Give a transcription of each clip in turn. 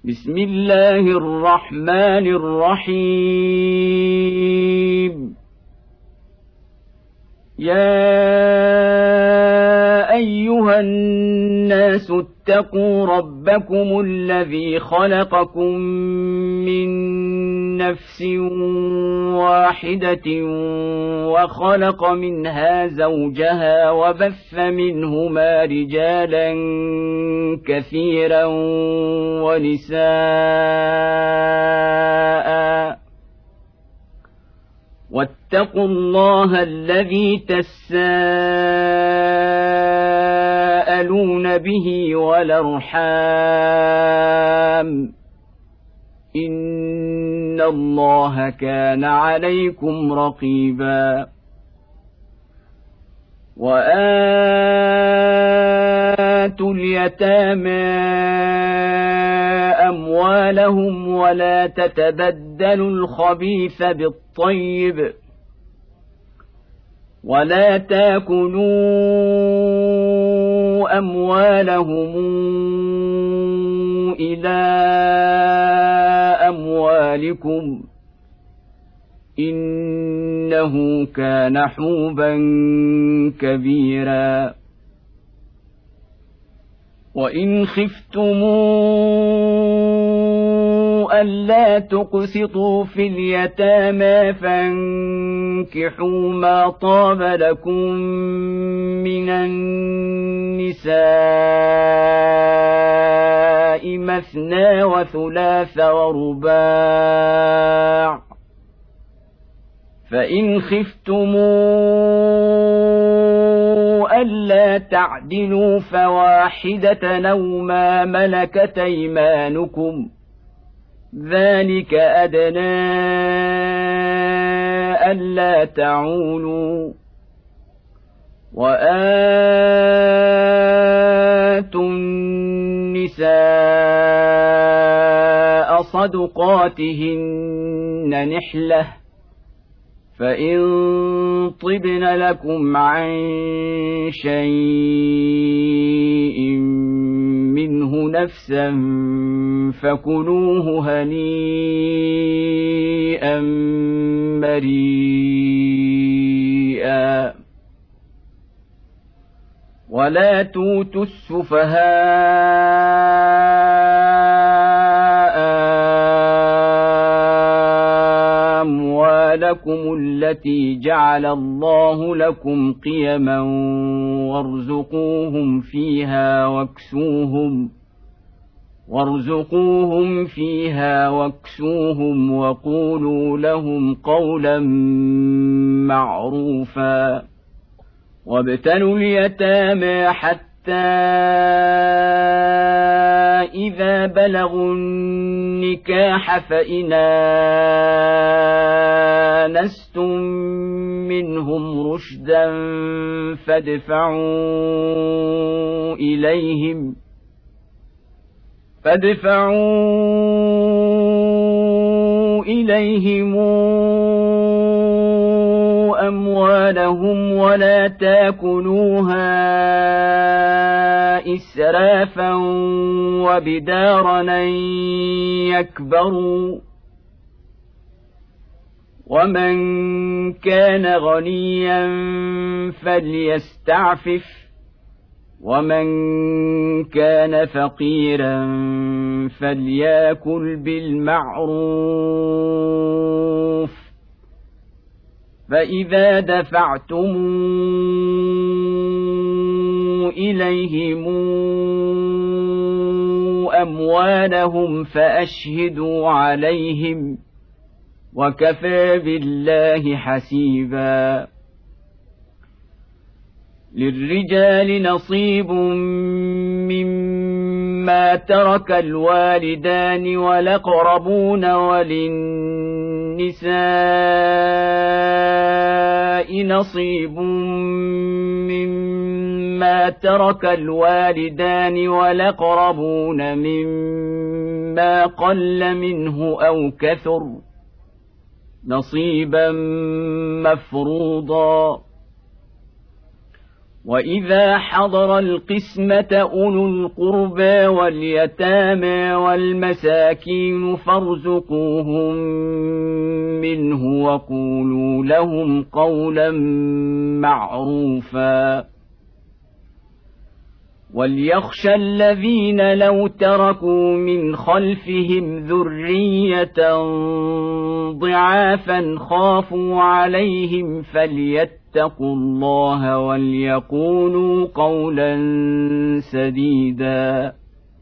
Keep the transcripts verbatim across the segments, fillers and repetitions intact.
بسم الله الرحمن الرحيم يا أيها الناس اتقوا ربكم الذي خلقكم من نفس واحدة وخلق منها زوجها وبث منهما رجالا كثيرا ونساء واتقوا الله الذي تساءلون به والأرحام إن الله كان عليكم رقيبا وآتوا اليتامى أموالهم ولا تتبدلوا الخبيث بالطيب ولا تاكلوا أموالهم إلى أموالكم إنه كان حوبا كبيرا وإن خفتموا ألا تقسطوا في اليتامى فانكحوا ما طاب لكم من النساء مثنى وثلاث ورباع فإن خفتموا ألا تعدلوا فواحدة أو ما ملكت أيمانكم ذلك أدنى ألا تعولوا وآتوا النساء صدقاتهن نحلة فإن طبن لكم عن شيء منه نفسا فكلوه هنيئا مريئا ولا توتوا السفهاء أموالكم التي جعل الله لكم قيما وارزقوهم فيها واكسوهم وارزقوهم فيها واكسوهم وقولوا لهم قولا معروفا وابتلوا اليتامى حتى إذا بلغوا النكاح فإن آنستم منهم رشدا فادفعوا إليهم فادفعوا إليهم أموالهم ولا تاكلوها إسرافا وبدارا أن يكبروا ومن كان غنيا فليستعفف ومن كان فقيرا فليأكل بالمعروف فإذا دفعتم إليهم أموالهم فأشهدوا عليهم وكفى بالله حسيبا للرجال نصيب مما ترك الوالدان والأقربون وللنساء نصيب مما ترك الوالدان والأقربون مما قل منه أو كثر نصيبا مفروضا وإذا حضر القسمة أولو القربى واليتامى والمساكين فارزقوهم منه وقولوا لهم قولا معروفا وليخشى الذين لو تركوا من خلفهم ذرية ضعافا خافوا عليهم فليتقوا الله وليقولوا قولا سديدا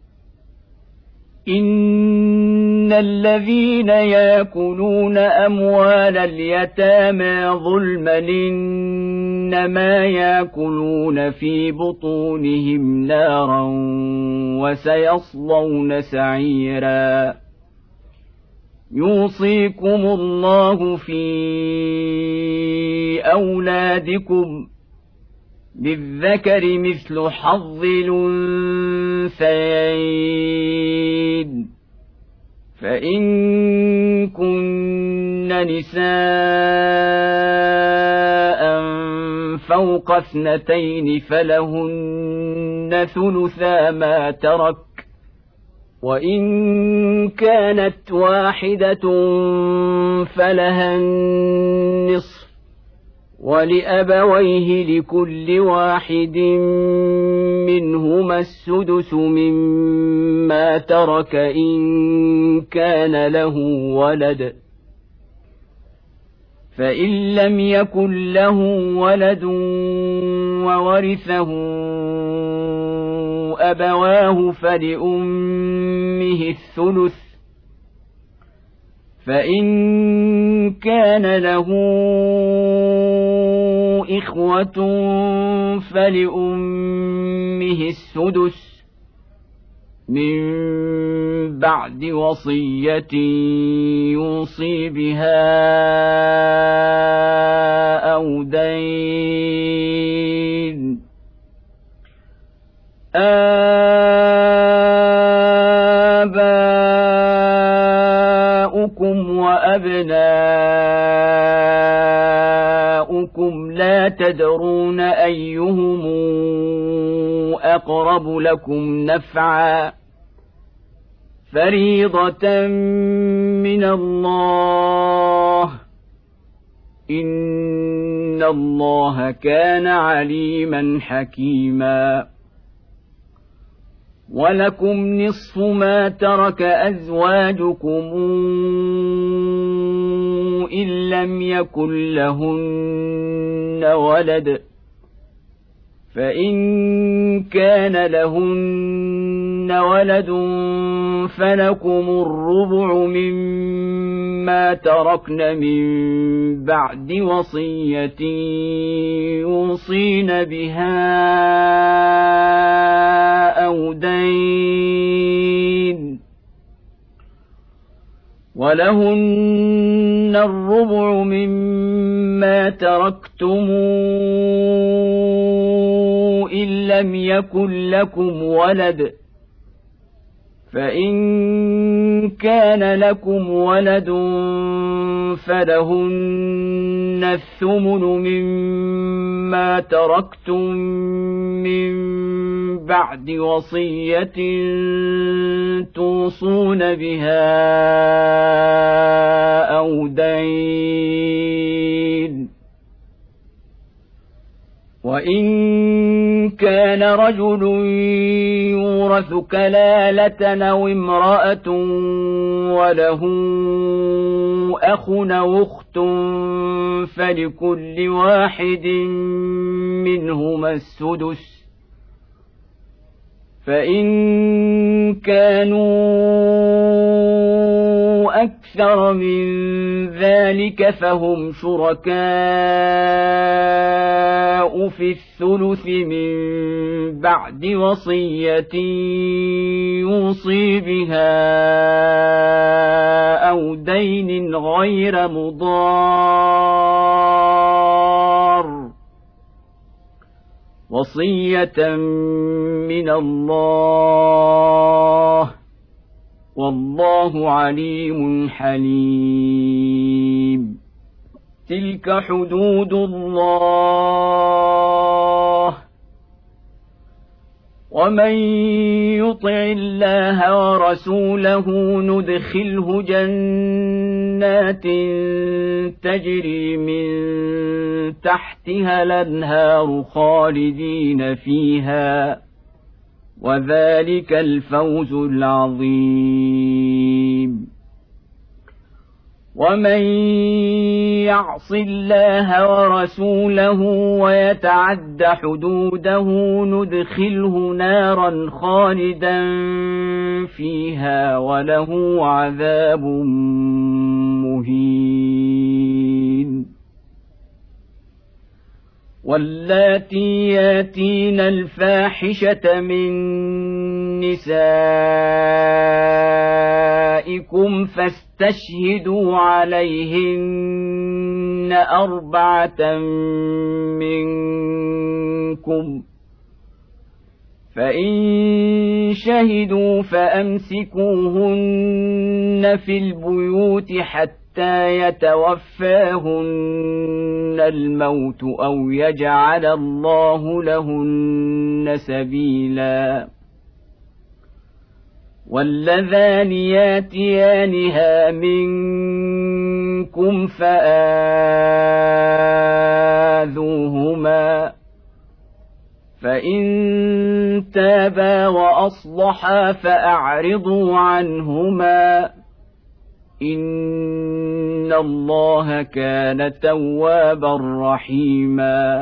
إن الذين يأكلون أموال اليتامى ظلما إنما يأكلون في بطونهم نارا وسيصلون سعيرا يوصيكم الله في أولادكم للذكر مثل حظ الأنثيين فإن كن نساء فوق اثنتين فلهن ثلثا ما ترك وإن كانت واحدة فلها النصف ولأبويه لكل واحد منهما السدس مما ترك إن كان له ولد فإن لم يكن له ولد وورثه أبواه فلأمه الثلث فإن كان له إخوة فلأمه السدس من بعد وصية يوصي بها أو دين آباؤكم وأبناؤكم لا تدرون أيهم أقرب لكم نفعا فريضة من الله إن الله كان عليما حكيما ولكم نصف ما ترك أزواجكم إن لم يكن لهن ولد فإن كان لهن ولد فلكم الربع مما تركن من بعد وصية يوصين بها أو دين ولهن الربع مما تركتم إن لم يكن لكم ولد فإن كان لكم ولد فلهن الثمن مما تركتم من بعد وصية توصون بها أو دين وإن كان رجل يورث كلالة أو امرأة وله أخ أو أخت فلكل واحد منهما السدس فإن كانوا أكثر من ذلك فهم شركاء في الثلث من بعد وصية يوصي بها أو دين غير مضار وصية من الله والله عليم حليم. تلك حدود الله ومن يطع الله ورسوله ندخله جنات تجري من تحتها الأنهار خالدين فيها وذلك الفوز العظيم. ومن يعص الله ورسوله ويتعد حدوده ندخله نارا خالدا فيها وله عذاب مهين. واللاتي ياتين الفاحشة من نسائكم فاستشهدوا عليهن أربعة منكم فإن شهدوا فأمسكوهن في البيوت حتى يتوفاهن الموت أو يجعل الله لهن سبيلا. واللذان ياتيانها منكم فآذوهما فإن تابا وأصلحا فأعرضوا عنهما إن الله كان توابا رحيما.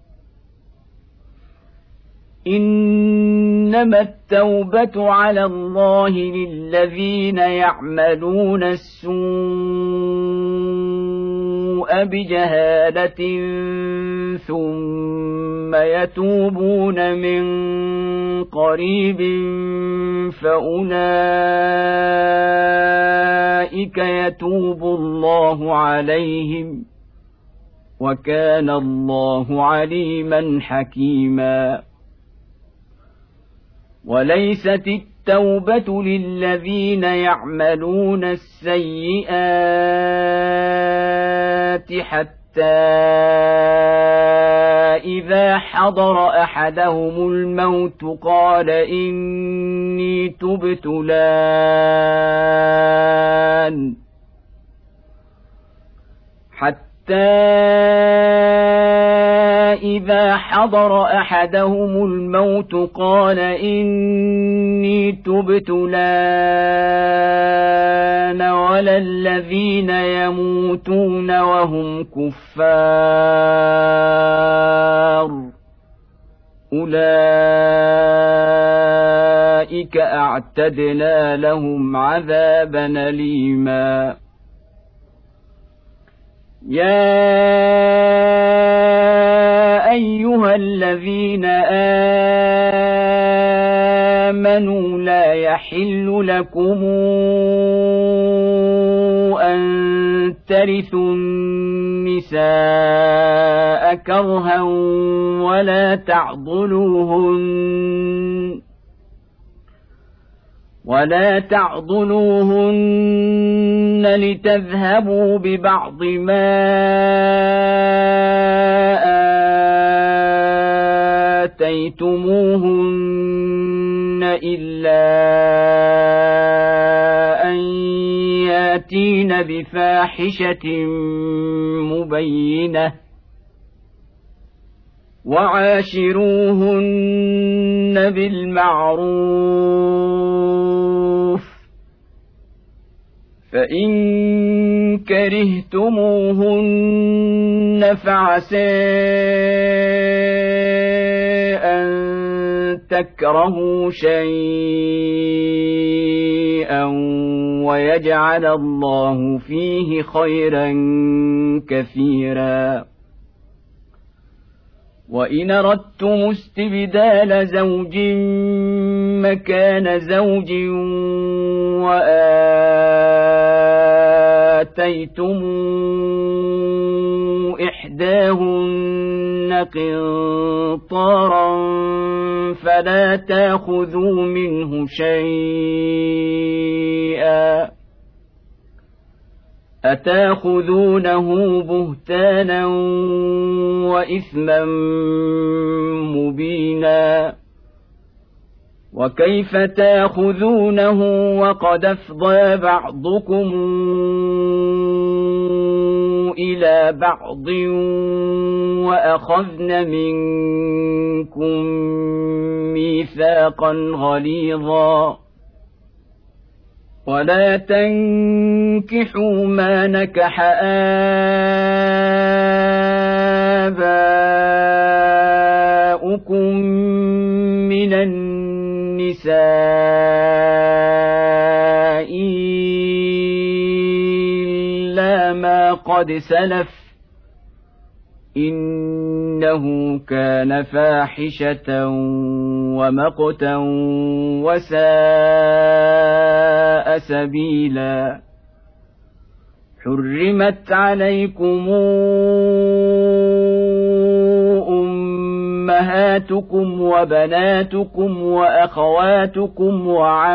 إنما التوبة على الله للذين يعملون السوء بجهالة ثم يتوبون من قريب فأولئك يتوب الله عليهم وكان الله عليما حكيما. وليست التوبة للذين يعملون السيئات حتى إذا حضر أحدهم الموت قال إني تبت الآن حتى إذا حضر أحدهم الموت قال إني تبت الآن ولا الذين يموتون وهم كفار أولئك أعتدنا لهم عذابا أليما. يا أيها الذين آمنوا لا يحل لكم أن ترثوا النساء كرها ولا تعضلوهن ولا تعضلوهن لتذهبوا ببعض ما آتيتموهن إلا أن ياتين بفاحشة مبينة وعاشروهن بالمعروف فإن كرهتموهن فعسى أن تكرهوا شيئا ويجعل الله فيه خيرا كثيرا. وإن أردتم استبدال زوج مكان زوج وآتيتم إحداهن قنطارا فلا تأخذوا منه شيئا أتأخذونه بهتانا وإثما مبينا. وكيف تاخذونه وقد أفضى بعضكم إلى بعض وأخذن منكم ميثاقا غليظا ولا تنكحوا ما نكح آباؤكم من النساء إلا ما قد سلف إنه كان فاحشة ومقتا وساء سبيلا حرمت عليكم أمهاتكم وبناتكم وأخواتكم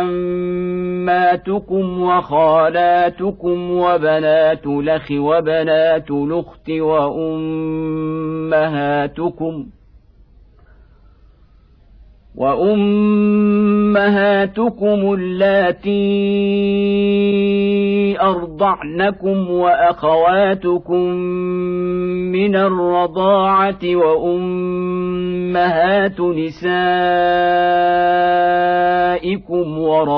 وعماتكم وخالاتكم وبنات الأخ وبنات الأخت وأمهاتكم وأمهاتكم اللاتي أرضعنكم وأخواتكم من الرضاعة وأمهات نسائكم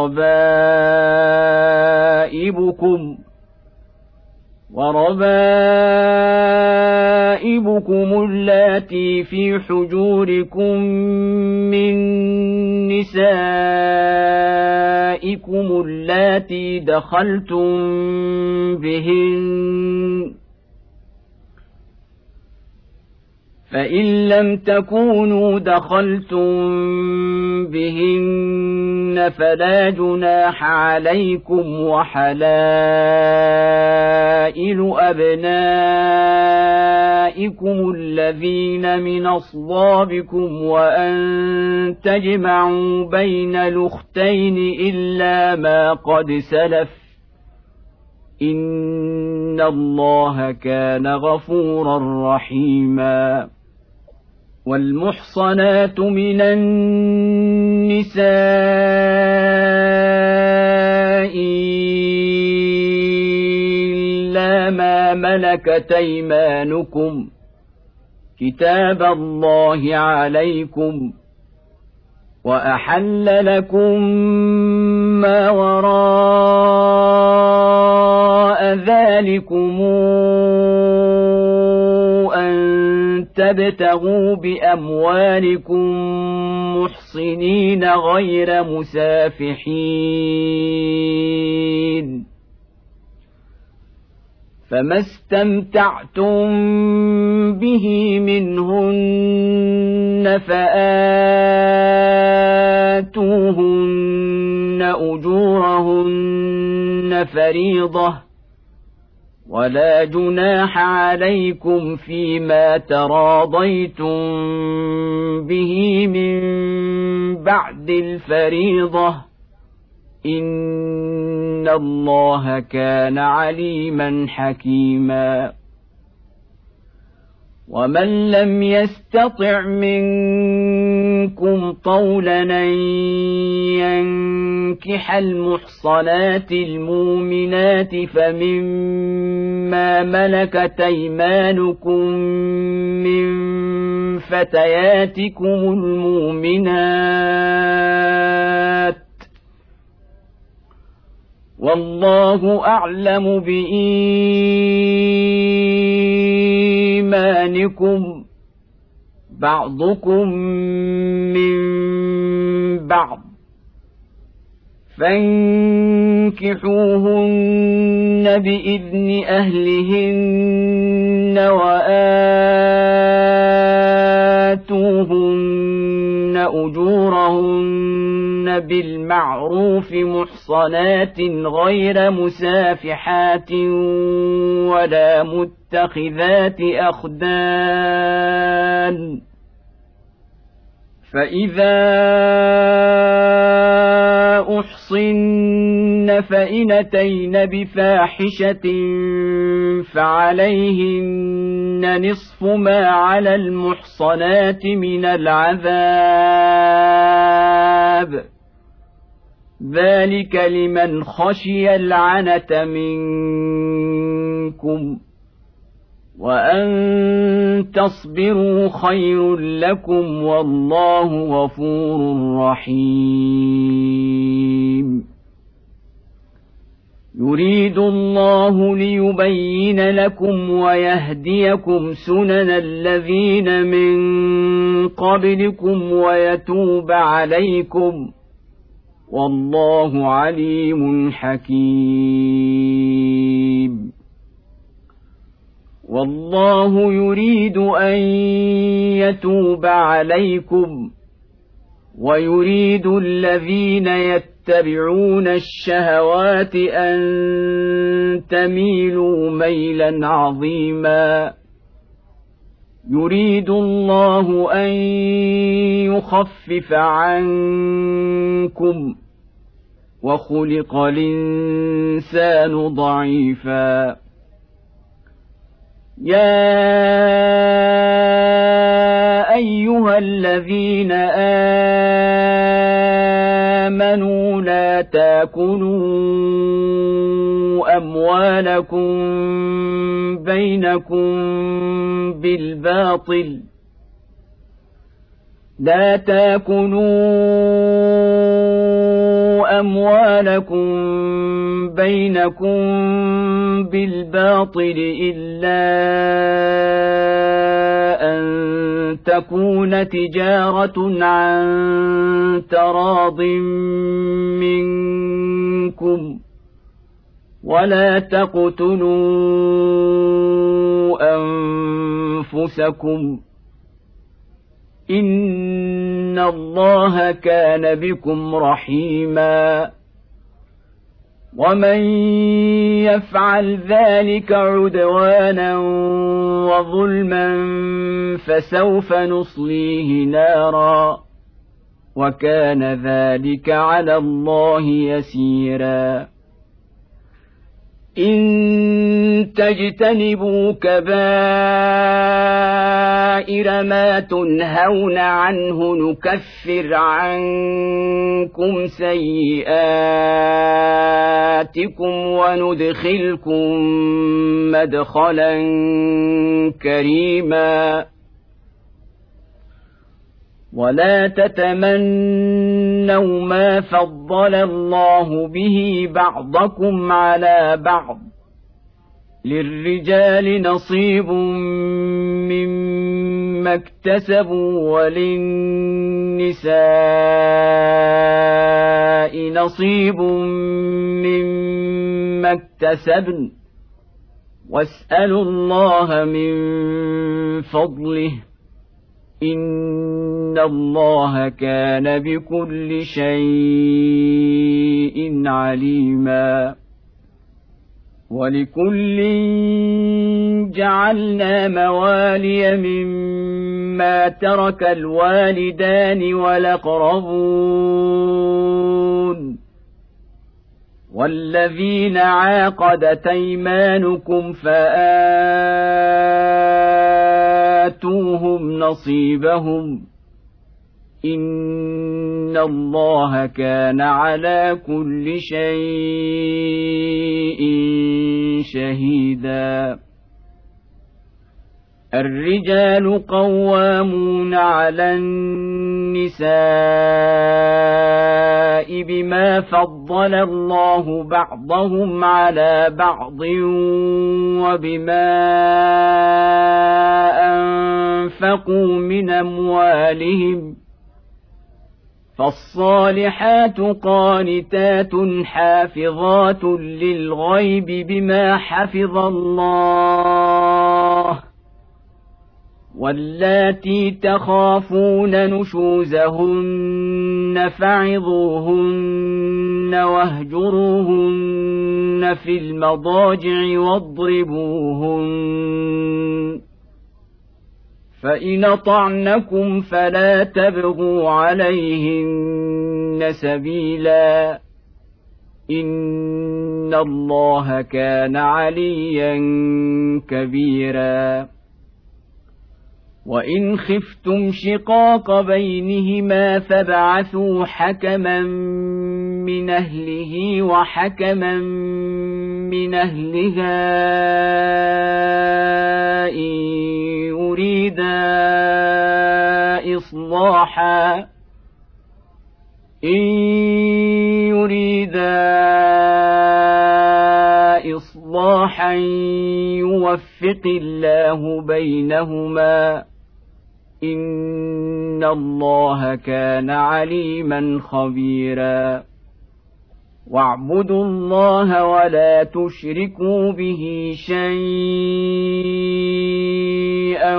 وربائبكم وربائبكم اللاتي في حجوركم من نسائكم اللاتي دخلتم بهن فإن لم تكونوا دخلتم بهن فلا جناح عليكم وحلائل أبنائكم الذين من أصلابكم وأن تجمعوا بين الأختين إلا ما قد سلف إن الله كان غفورا رحيما والمحصنات من النساء إلا ما ملكت أيمانكم كتاب الله عليكم وأحل لكم ما وراء ذلكم أن تبتغوا بأموالكم محصنين غير مسافحين فما استمتعتم به منهن فآتوهن أجورهن فريضة ولا جناح عليكم فيما تراضيتم به من بعد الفريضة إن الله كان عليما حكيما ومن لم يستطع منكم طولا أن ينكح المحصنات المؤمنات فمما ملكت أيمانكم من فتياتكم المؤمنات والله أعلم بإيمانكم بعضكم من بعض فانكحوهن بإذن أهلهن وآتوهن أجورهن بالمعروف محصنات غير مسافحات ولا متخذات أخدان فإذا أحصن فإن أتين بفاحشة فعليهن نصف ما على المحصنات من العذاب العذاب ذلك لمن خشي العنة منكم وأن تصبروا خير لكم والله غفور رحيم يريد الله ليبين لكم ويهديكم سنن الذين من قبلكم ويتوب عليكم والله عليم حكيم والله يريد أن يتوب عليكم ويريد الذين يتبعون الشهوات أن تميلوا ميلا عظيما يريد الله أن يخفف عنكم وخلق الإنسان ضعيفا يا أيها الذين آمنوا لا تأكلوا أموالكم بينكم بالباطل لا تأكلوا أموالكم بينكم بالباطل إلا أن تكون تجارة عن تراض منكم ولا تقتلوا أنفسكم إن الله كان بكم رحيما ومن يفعل ذلك عدوانا وظلما فسوف نصليه نارا وكان ذلك على الله يسيرا إن تجتنبوا كبائر ما تنهون عنه نكفر عنكم سيئاتكم وندخلكم مدخلا كريما ولا تتمنوا ما فضل الله به بعضكم على بعض للرجال نصيب مما اكتسبوا وللنساء نصيب مما اكتسبن واسألوا الله من فضله إن الله كان بكل شيء عليما ولكل جعلنا موالي مما ترك الوالدان والأقربون والذين عاقدت أيمانكم فآتوهم نصيبهم إن الله كان على كل شيء شهيدا الرجال قوامون على النساء بما فضل الله بعضهم على بعض وبما أنفقوا من أموالهم فالصالحات قانتات حافظات للغيب بما حفظ الله واللاتي تخافون نشوزهن فعظوهن واهجروهن في المضاجع واضربوهن فإن أطعنكم فلا تبغوا عليهن سبيلا إن الله كان عليا كبيرا وإن خفتم شقاق بينهما فابعثوا حكما من أهله وحكما من أهلها إن يريدا إصلاحا إن يريدا إصلاحا يوفق الله بينهما إن الله كان عليما خبيرا واعبدوا الله ولا تشركوا به شيئا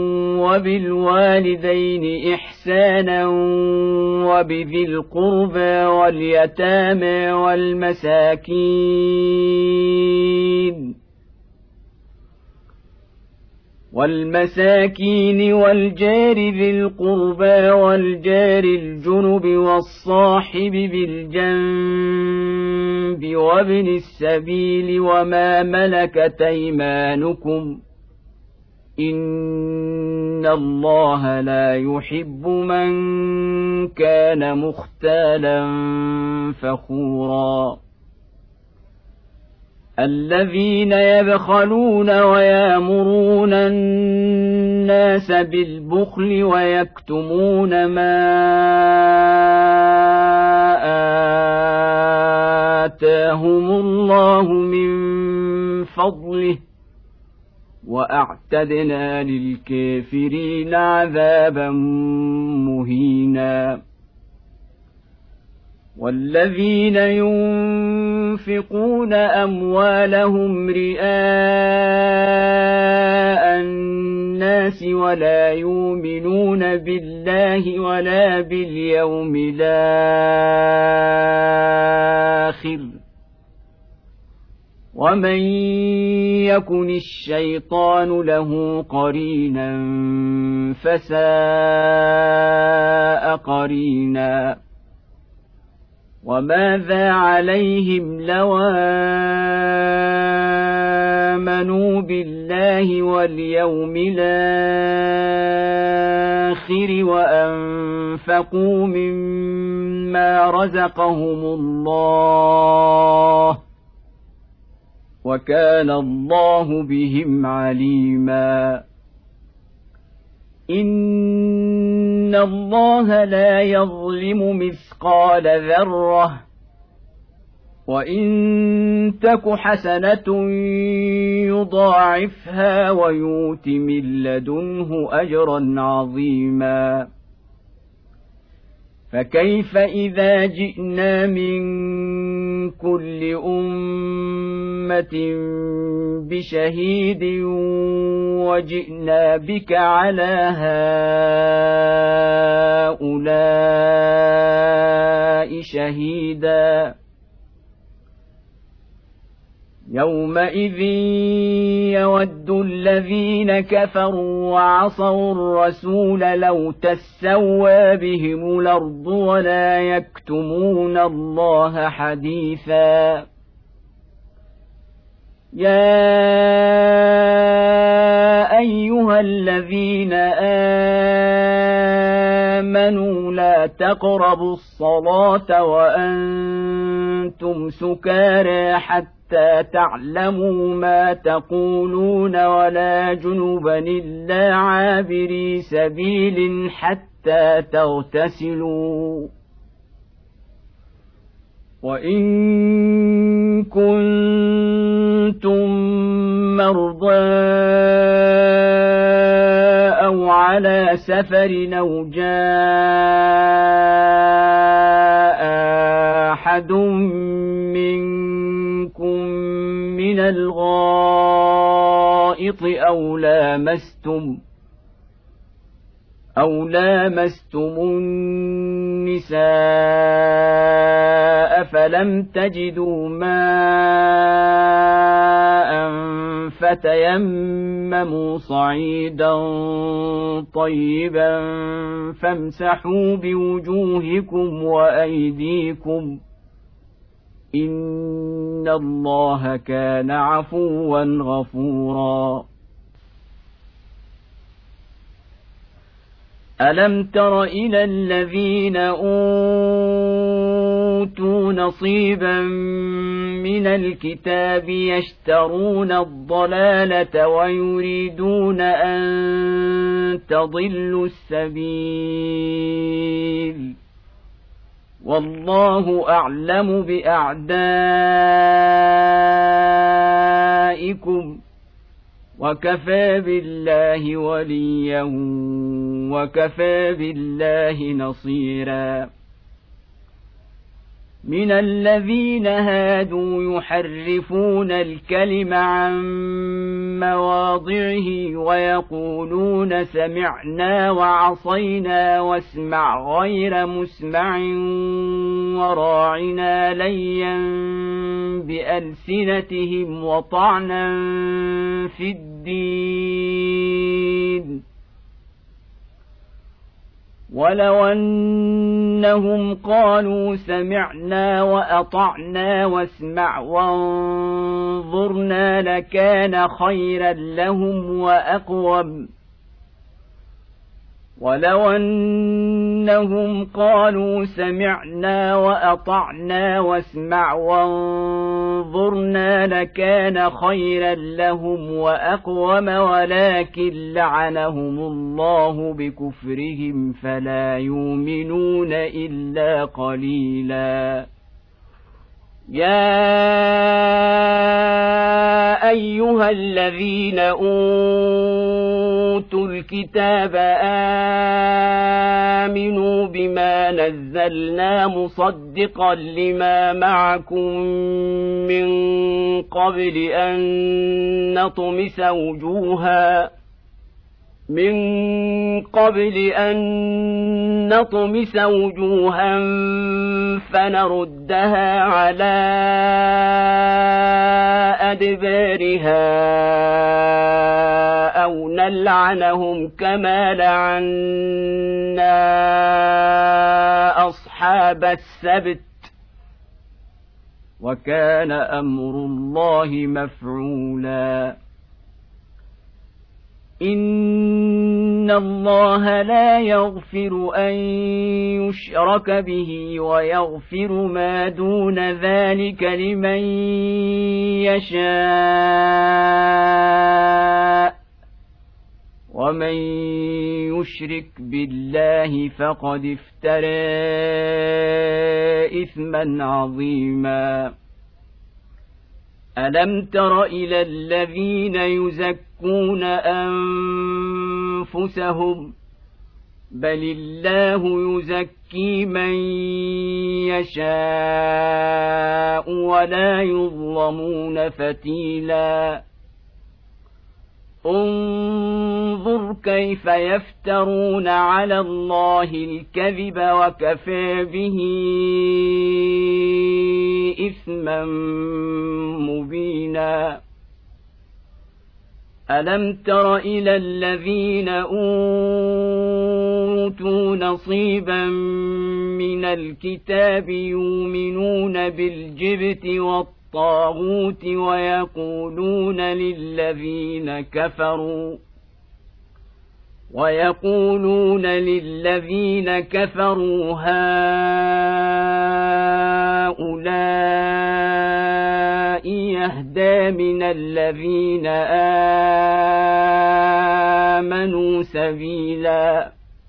وبالوالدين إحسانا وبذي القربى واليتامى والمساكين والمساكين والجار ذي القربى والجار الجنب والصاحب بالجنب وابن السبيل وما ملكت أيمانكم إن الله لا يحب من كان مختالا فخورا الذين يبخلون ويأمرون الناس بالبخل ويكتمون ما آتاهم الله من فضله وأعتدنا للكافرين عذابا مهينا والذين ينفقون أموالهم رئاء الناس ولا يؤمنون بالله ولا باليوم الآخر ومن يكن الشيطان له قرينا فساء قرينا وماذا عليهم لو آمنوا بالله واليوم الآخر وأنفقوا مما رزقهم الله وكان الله بهم عليما إن الله لا يظلم مثقال ذرة وإن تك حسنة يضاعفها ويؤت من لدنه أجرا عظيما فكيف إذا جئنا من كل أمة بشهيد وجئنا بك على هؤلاء شهيدا يومئذ يود الذين كفروا وعصوا الرسول لو تسوى بهم الأرض ولا يكتمون الله حديثا يا أيها الذين آمنوا لا تقربوا الصلاة وأنتم سكارى حتى تعلموا ما تقولون ولا جنبا إلا عابري سبيل حتى تغتسلوا وإن كنتم مرضى أو على سفر أو جاء أحد منكم من الغائط أو لامستم أو لامستم النساء فلم تجدوا ماء فتيمموا صعيدا طيبا فامسحوا بوجوهكم وأيديكم إن الله كان عفوا غفورا ألم تر إلى الذين أوتوا نصيبا من الكتاب يشترون الضلالة ويريدون أن تضلوا السبيل والله أعلم بأعدائكم وكفى بالله وليا وكفى بالله نصيرا من الذين هادوا يحرفون الكلم عن مواضعه ويقولون سمعنا وعصينا واسمع غير مسمع وراعنا ليا بألسنتهم وطعنا في الدين ولو أنهم قالوا سمعنا وأطعنا واسمع وانظرنا لكان خيرا لهم وأقوم ولو أنهم قالوا سمعنا وأطعنا واسمع وانظرنا لكان خيرا لهم وأقوم ولكن لعنهم الله بكفرهم فلا يؤمنون إلا قليلا يا أيها الذين أوتوا الكتاب آمنوا بما نزلنا مصدقا لما معكم من قبل أن نطمس وجوها من قبل أن نطمس وجوها فنردها على أدبارها أو نلعنهم كما لعنا أصحاب السبت وكان أمر الله مفعولا إن الله لا يغفر أن يشرك به ويغفر ما دون ذلك لمن يشاء ومن يشرك بالله فقد افترى إثما عظيما ألم تر إلى الذين يزكون أنفسهم بل الله يزكي من يشاء ولا يظلمون فتيلا انظر كيف يفترون على الله الكذب وكفى به إثما مبينا ألم تر إلى الذين أوتوا نصيبا من الكتاب يؤمنون بالجبت والطاغوت ويقولون للذين كفروا ويقولون للذين كفروا هؤلاء يهدى من الذين آمنوا سبيلا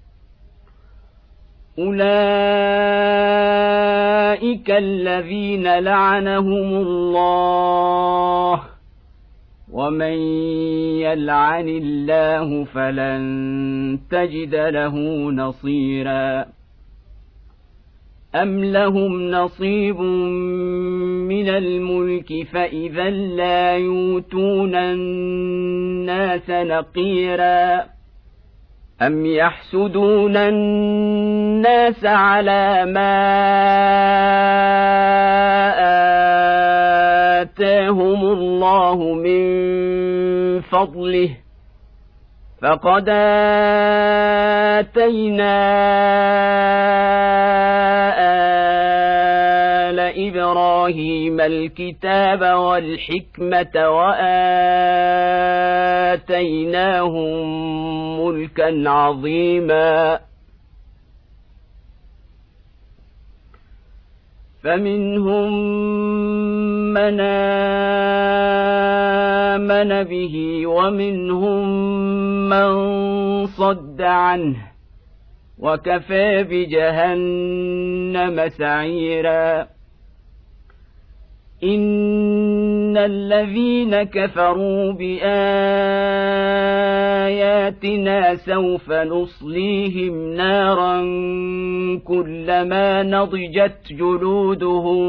أولئك الذين لعنهم الله ومن يلعن الله فلن تجد له نصيرا أم لهم نصيب من الملك فإذا لا يؤتون الناس نقيرا أم يحسدون الناس على ما آتاهم الله من فضله فقد آتينا آل إبراهيم الكتاب والحكمة وآتيناهم ملكا عظيما فمنهم من آمن به ومنهم من صد عنه وكفى بجهنم سعيرا إن الذين كفروا بآياتنا سوف نصليهم نارا كلما نضجت جلودهم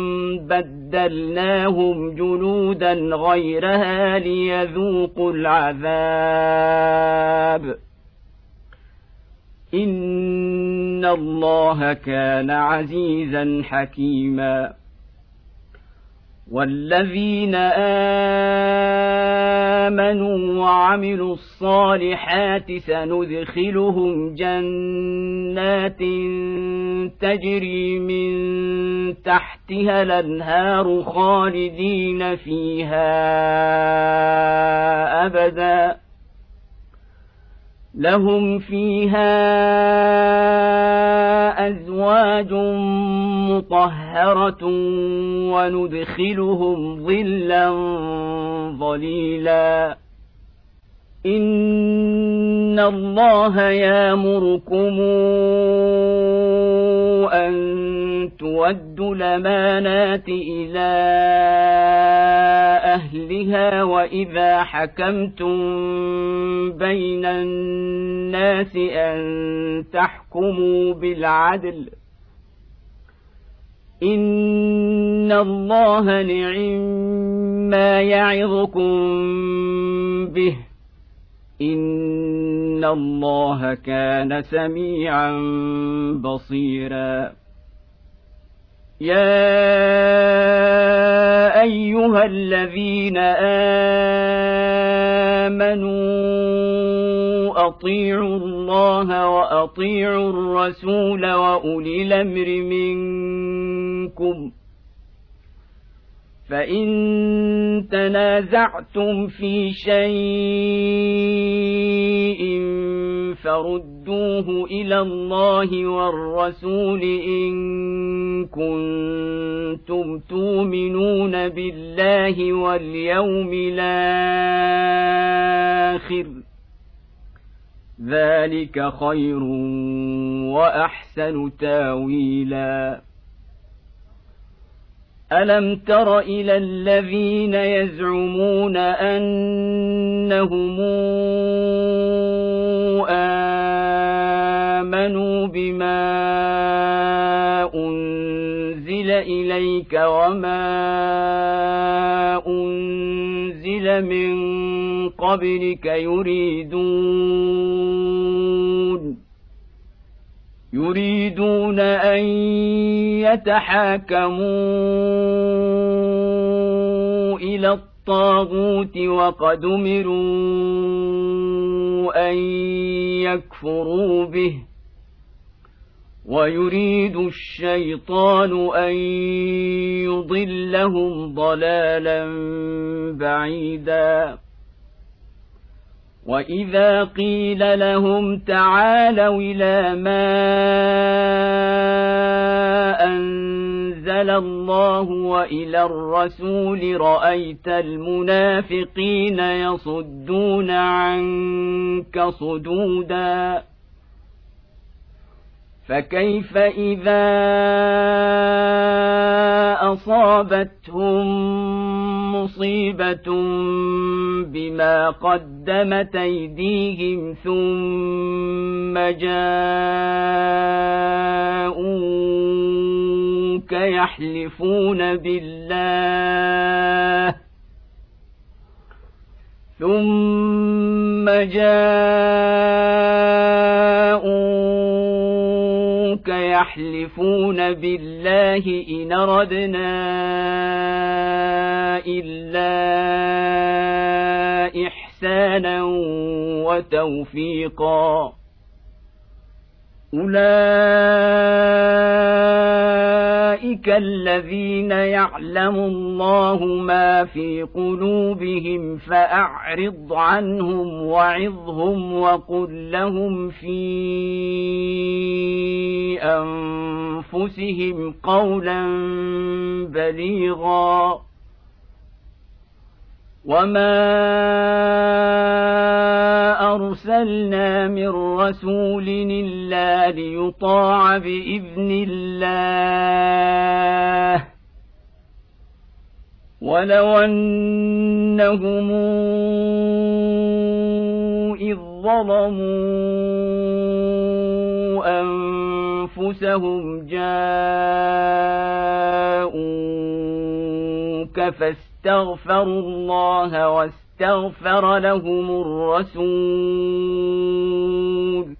بدلناهم جلودا غيرها ليذوقوا العذاب إن الله كان عزيزا حكيما والذين آمنوا وعملوا الصالحات سندخلهم جنات تجري من تحتها الأنهار خالدين فيها أبدا لهم فيها أزواج مطهرة وندخلهم ظلا ظليلا إن الله يأمركم أن تؤدوا الأمانات إلى أهلها وإذا حكمتم بين الناس أن تحكموا بالعدل إن الله نعم يعظكم به إن الله كان سميعا بصيرا يا أيها الذين آمنوا أطيعوا الله وأطيعوا الرسول وأولي الأمر منكم فإن تنازعتم في شيء فردوه إلى الله والرسول إن كنتم تؤمنون بالله واليوم الآخر ذلك خير وأحسن تاويلا ألم تر إلى الذين يزعمون أنهم آمنوا بما أنزل إليك وما أنزل من قبلك يريدون يريدون أن يتحاكموا إلى الطاغوت وقد أمروا أن يكفروا به ويريد الشيطان أن يضلهم ضلالا بعيدا وإذا قيل لهم تعالوا إلى ما أنزل الله وإلى الرسول رأيت المنافقين يصدون عنك صدودا فكيف إذا أصابتهم مصيبة بما قدمت أيديهم ثم جاءوك يحلفون بالله ثم جاءوك يحلفون بالله إن أردنا إلا إحسانا وتوفيقا أولئك أولئك الذين يعلم الله ما في قلوبهم فأعرض عنهم وعظهم وقل لهم في أنفسهم قولا بليغا وما أرسلنا من رسول إلا ليطاع بإذن الله ولو أنهم إذ ظلموا أنفسهم جاءوك فاستغفروا الله واستغفر لهم الرسول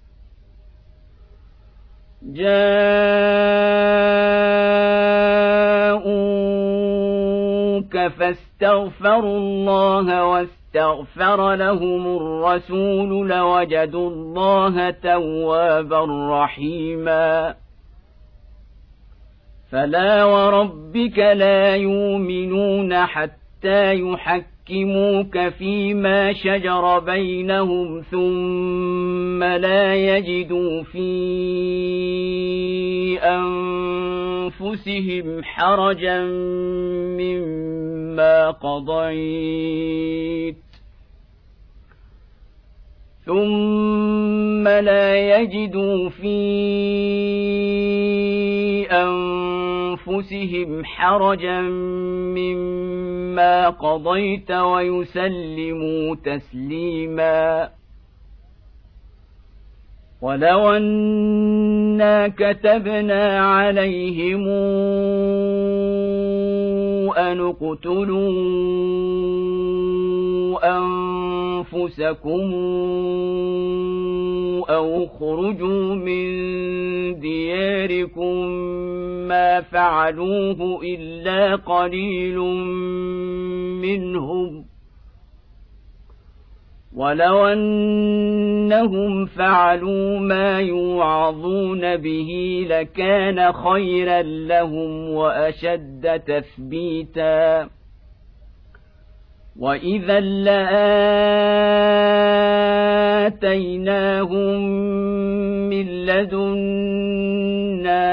جاءوك فاستغفروا الله واستغفر لهم الرسول لوجدوا الله توابا رحيما فلا وربك لا يؤمنون حتى يحكموك فيما شجر بينهم ثم لا يجدوا في أنفسهم حرجا مما قضيت ثم لا يجدوا في أنفسهم حرجا مما قضيت ويسلموا تسليما ولو أنا كتبنا عليهم أن اقتلوا أنفسكم أو اخرجوا من دياركم ما فعلوه إلا قليل منهم ولو أنهم فعلوا ما يوعظون به لكان خيرا لهم وأشد تثبيتا وإذا لآتيناهم من لدنا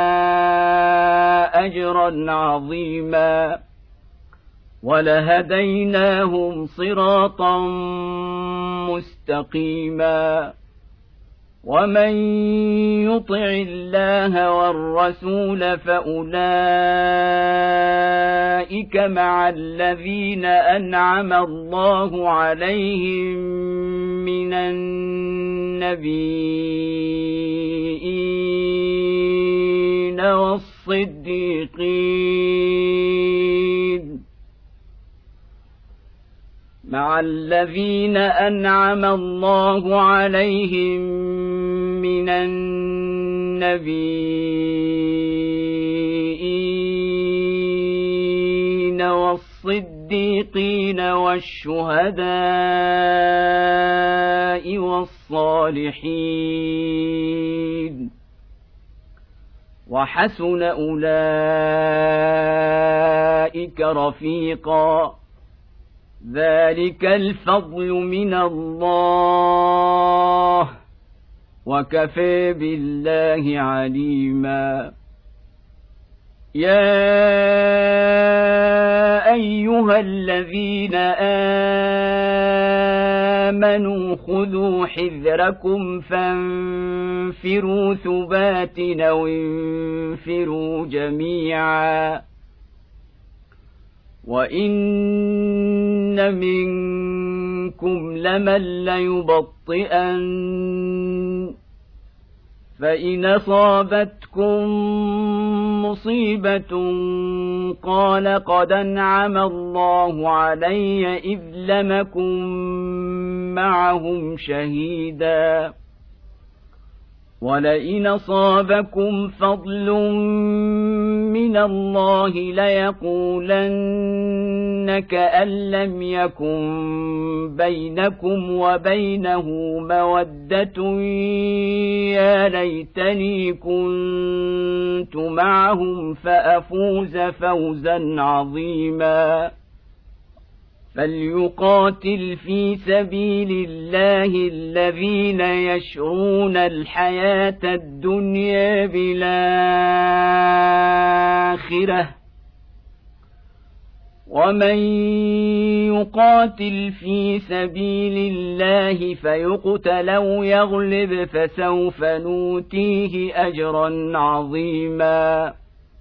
أجرا عظيما ولهديناهم صراطا مستقيما ومن يطع الله والرسول فأولئك مع الذين أنعم الله عليهم من النبيين والصديقين مع الذين أنعم الله عليهم من النبيين والصديقين والشهداء والصالحين وحسن أولئك رفيقا ذلك الفضل من الله وكفى بالله عليما يا أيها الذين آمنوا خذوا حذركم فانفروا ثبات أو انفروا جميعا وإن منكم لمن ليبطئن فإن أصابتكم مصيبة قال قد أنعم الله علي إذ لم أكن معهم شهيدا ولئن أصابكم فضل من الله ليقولن كأن لم يكن بينكم وبينه مودة يا ليتني كنت معهم فأفوز فوزا عظيما فليقاتل في سبيل الله الذين يشرون الحياة الدنيا بالآخرة ومن يقاتل في سبيل الله فيقتل أو يغلب فسوف نؤتيه أجرا عظيما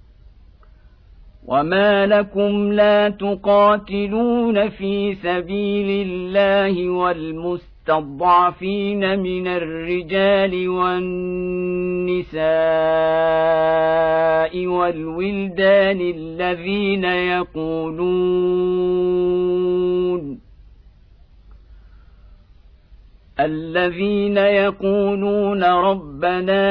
وما لكم لا تقاتلون في سبيل الله والمستضعفين من الرجال والنساء والولدان الذين يقولون الذين يقولون ربنا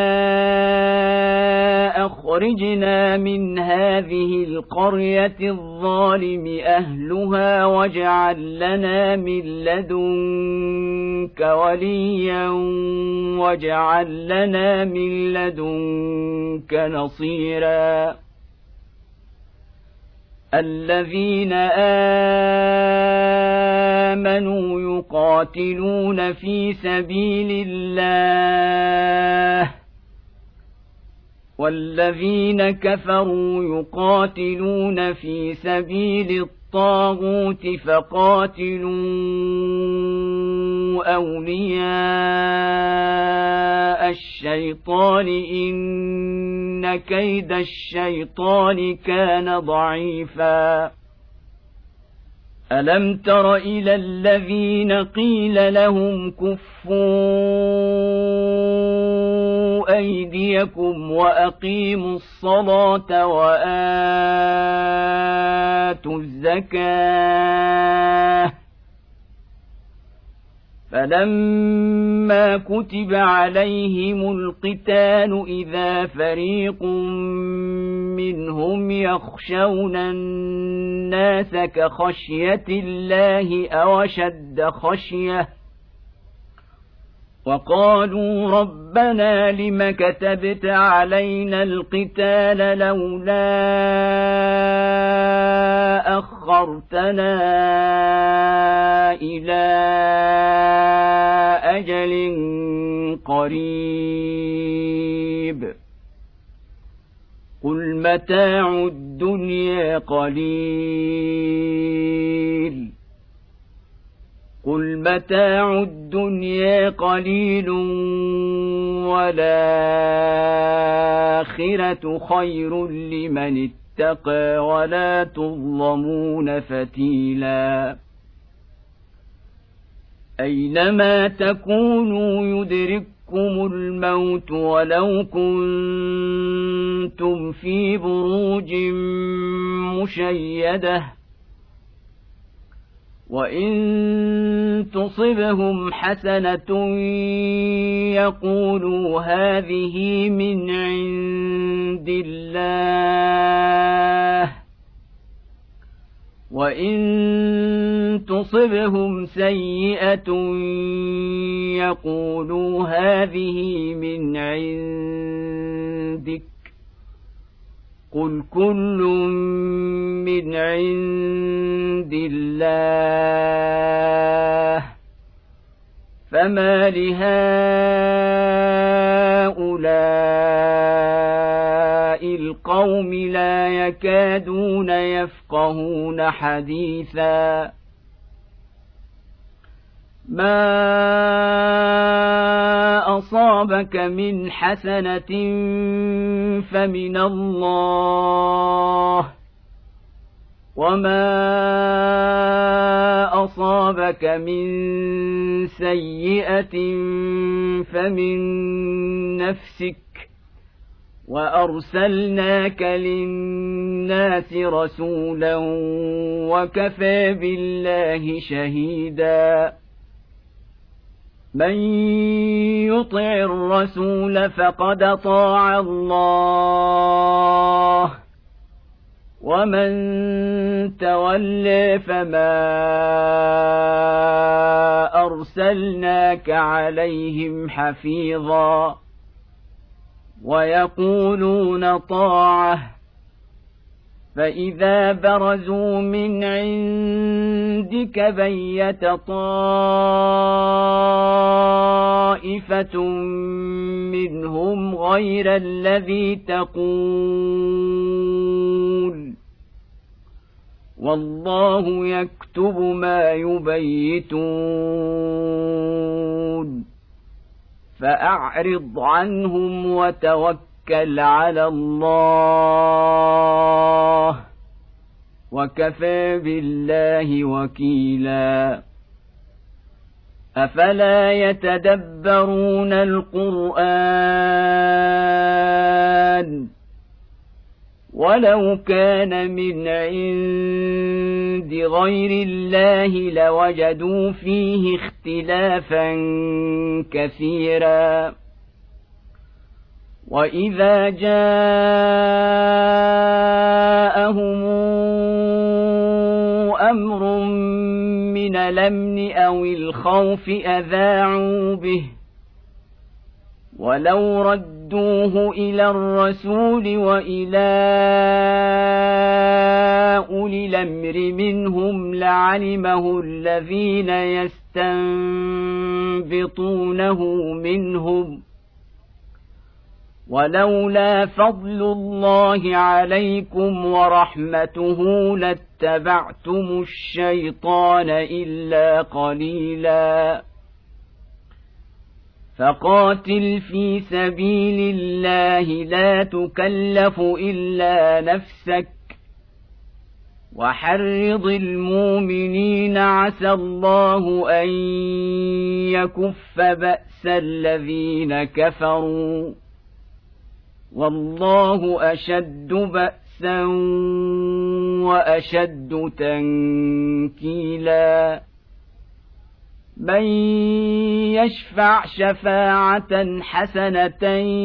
أخرجنا من هذه القرية الظالم أهلها واجعل لنا من لدنك وليا واجعل لنا من لدنك نصيرا الذين آمنوا يقاتلون في سبيل الله والذين كفروا يقاتلون في سبيل الطاغوت فقاتلوا أولياء الشيطان إن كيد الشيطان كان ضعيفا ألم تر إلى الذين قيل لهم كفوا أيديكم وأقيموا الصلاة وآتوا الزكاة فلما كتب عليهم القتال إذا فريق منهم يخشون الناس كخشية الله أو أشد خشية وقالوا ربنا لم كتبت علينا القتال لولا أخرتنا إلى أجل قريب قل متاع الدنيا قليل قل متاع الدنيا قليل والآخرة خير لمن اتقى ولا تظلمون فتيلا أينما تكونوا يدرككم الموت ولو كنتم في بروج مشيدة وإن تصبهم حسنة يقولوا هذه من عند الله وإن تصبهم سيئة يقولوا هذه من عندك قل كل من عند الله فما لهؤلاء القوم لا يكادون يفقهون حديثا ما أصابك من حسنة فمن الله وما أصابك من سيئة فمن نفسك وأرسلناك للناس رسولا وكفى بالله شهيدا من يطع الرسول فقد أطاع الله ومن تولى فما أرسلناك عليهم حفيظا ويقولون طاعة فإذا برزوا من عندك بيت طائفة منهم غير الذي تقول والله يكتب ما يبيتون فأعرض عنهم وتوكل على الله وكفى بالله وكيلا أفلا يتدبرون القرآن ولو كان من عند غير الله لوجدوا فيه اختلافا كثيرا وإذا جاءهم أمر من الأمن أو الخوف أذاعوا به ولو ردوه إلى الرسول وإلى أولي الأمر منهم لعلمه الذين يستنبطونه منهم ولولا فضل الله عليكم ورحمته لاتبعتم الشيطان إلا قليلا فقاتل في سبيل الله لا تكلف إلا نفسك وحرض المؤمنين عسى الله أن يكف بأس الذين كفروا والله أشد بأسا وأشد تنكيلا من يشفع شفاعة حسنة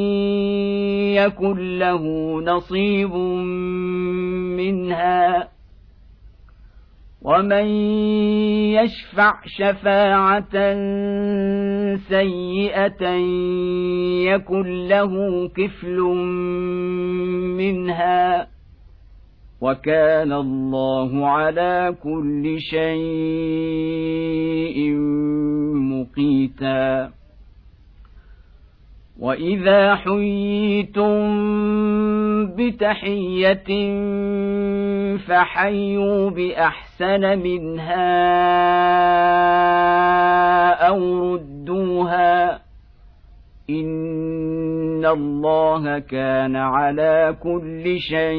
يكن له نصيب منها ومن يشفع شفاعة سيئة يكن له كفل منها وكان الله على كل شيء مقيتا وإذا حييتم بتحية فحيوا بأحسن منها أو ردوها إن الله كان على كل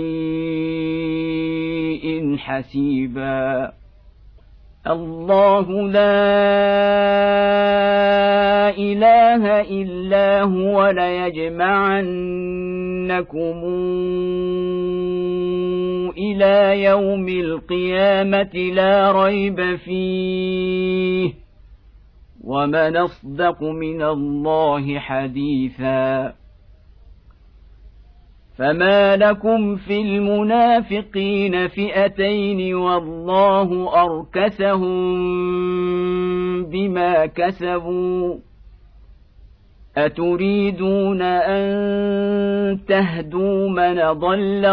شيء حسيبا الله لا إله إلا هو ليجمعنكم إلى يوم القيامة لا ريب فيه ومن أصدق من الله حديثا فما لكم في المنافقين فئتين والله أركسهم بما كسبوا أتريدون أن تهدوا من ضل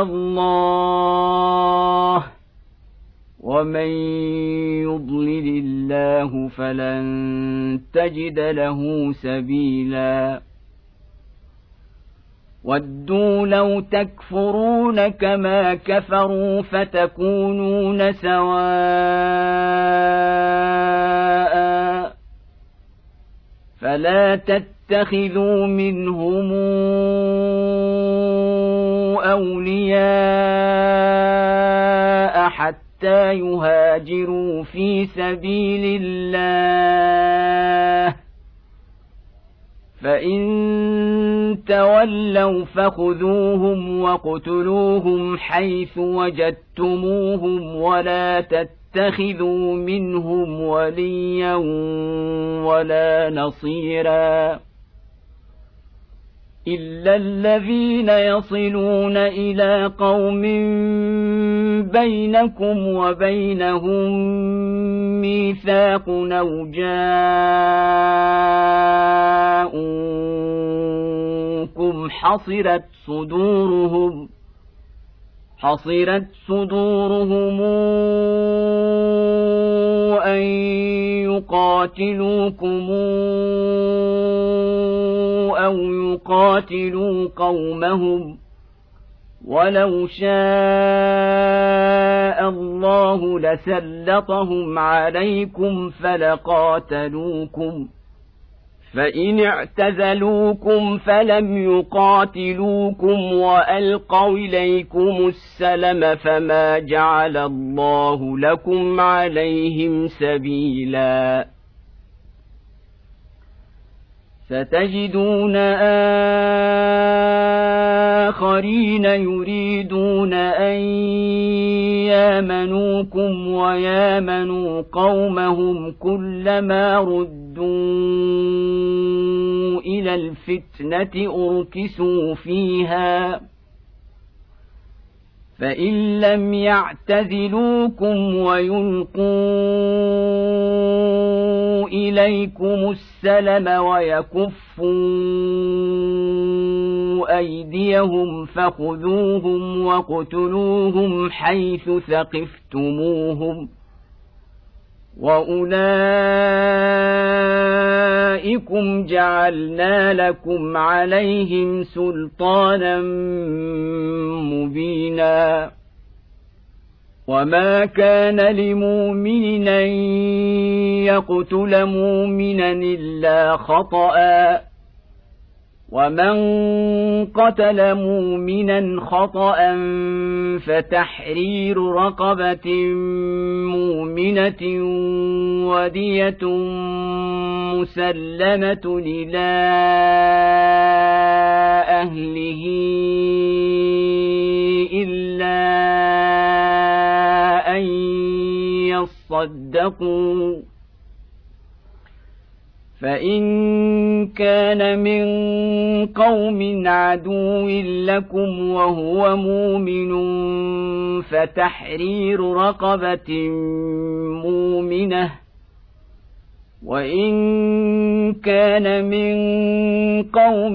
الله ومن يضلل الله فلن تجد له سبيلا ودوا لو تكفرون كما كفروا فتكونون سواء فلا تتخذوا منهم أولياء حتى يهاجروا في سبيل الله فإن تولوا فخذوهم واقتلوهم حيث وجدتموهم ولا تتبعوا تتخذوا منهم وليا ولا نصيرا إلا الذين يصلون إلى قوم بينكم وبينهم ميثاق أو جاءوكم حصرت صدورهم حصرت صدورهم أن يقاتلوكم أو يقاتلوا قومهم ولو شاء الله لسلطهم عليكم فلقاتلوكم فإن اعتزلوكم فلم يقاتلوكم وألقوا إليكم السلم فما جعل الله لكم عليهم سبيلا ستجدون آخرين يريدون أن يامنوكم ويامنوا قومهم كلما ردوا إلى الفتنة أركسوا فيها فإن لم يعتزلوكم ويلقوا إليكم السلم ويكفوا أيديهم فخذوهم واقتلوهم حيث ثقفتموهم وأولئكم جعلنا لكم عليهم سلطانا مبينا وما كان لمؤمن أن يقتل مؤمنا إلا خطأ ومن قتل مؤمنا خطأ فتحرير رقبة مؤمنة ودية مسلمة إلى أهله إلا أن يصدقوا فإن كان من قوم عدو لكم وهو مؤمن فتحرير رقبة مؤمنة وإن كان من قوم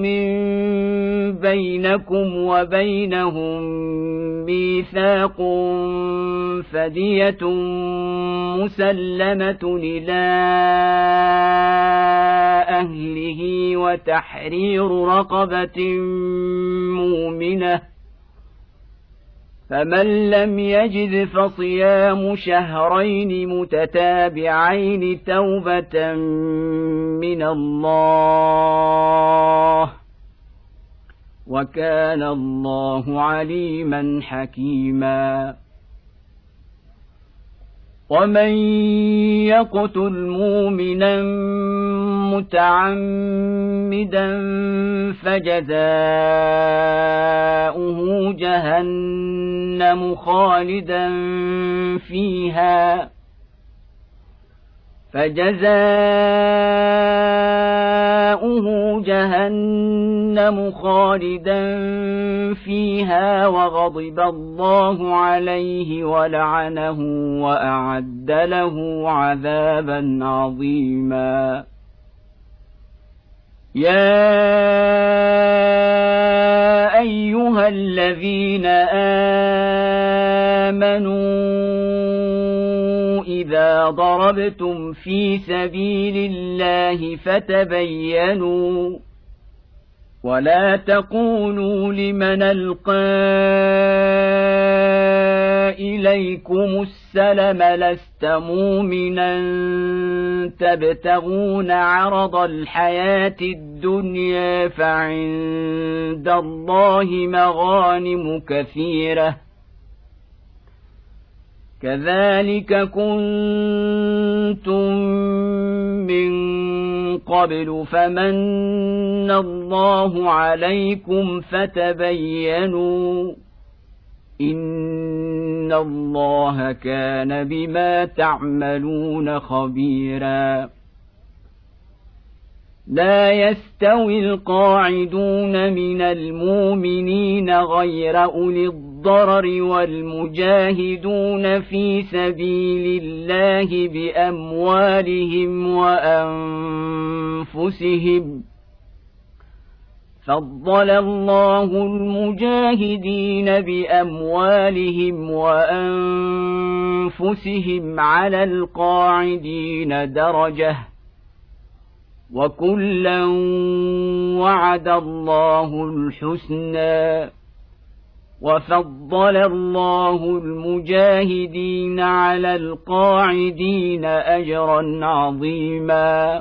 بينكم وبينهم ميثاق فدية مسلمة إلى أهله وتحرير رقبة مؤمنة فمن لم يجد فصيام شهرين متتابعين توبة من الله وكان الله عليما حكيما ومن يقتل مؤمنا متعمدا فجزاؤه جهنم خالدا فيها فجزاؤه جهنم خالدا فيها وغضب الله عليه ولعنه وأعد له عذابا عظيما يا أيها الذين آمنوا إذا ضربتم في سبيل الله فتبينوا ولا تقولوا لمن ألقى إليكم السلم لست مؤمنا تبتغون عرض الحياة الدنيا فعند الله مغانم كثيرة كذلك كنتم من قبل فمن الله عليكم فتبينوا إن الله كان بما تعملون خبيرا. لا يستوي القاعدون من المؤمنين غير أولي الضرر والمجاهدون في سبيل الله بأموالهم وأنفسهم. فضل الله المجاهدين بأموالهم وأنفسهم على القاعدين درجة، وكلا وعد الله الحسنى. وفضل الله المجاهدين على القاعدين أجرا عظيما،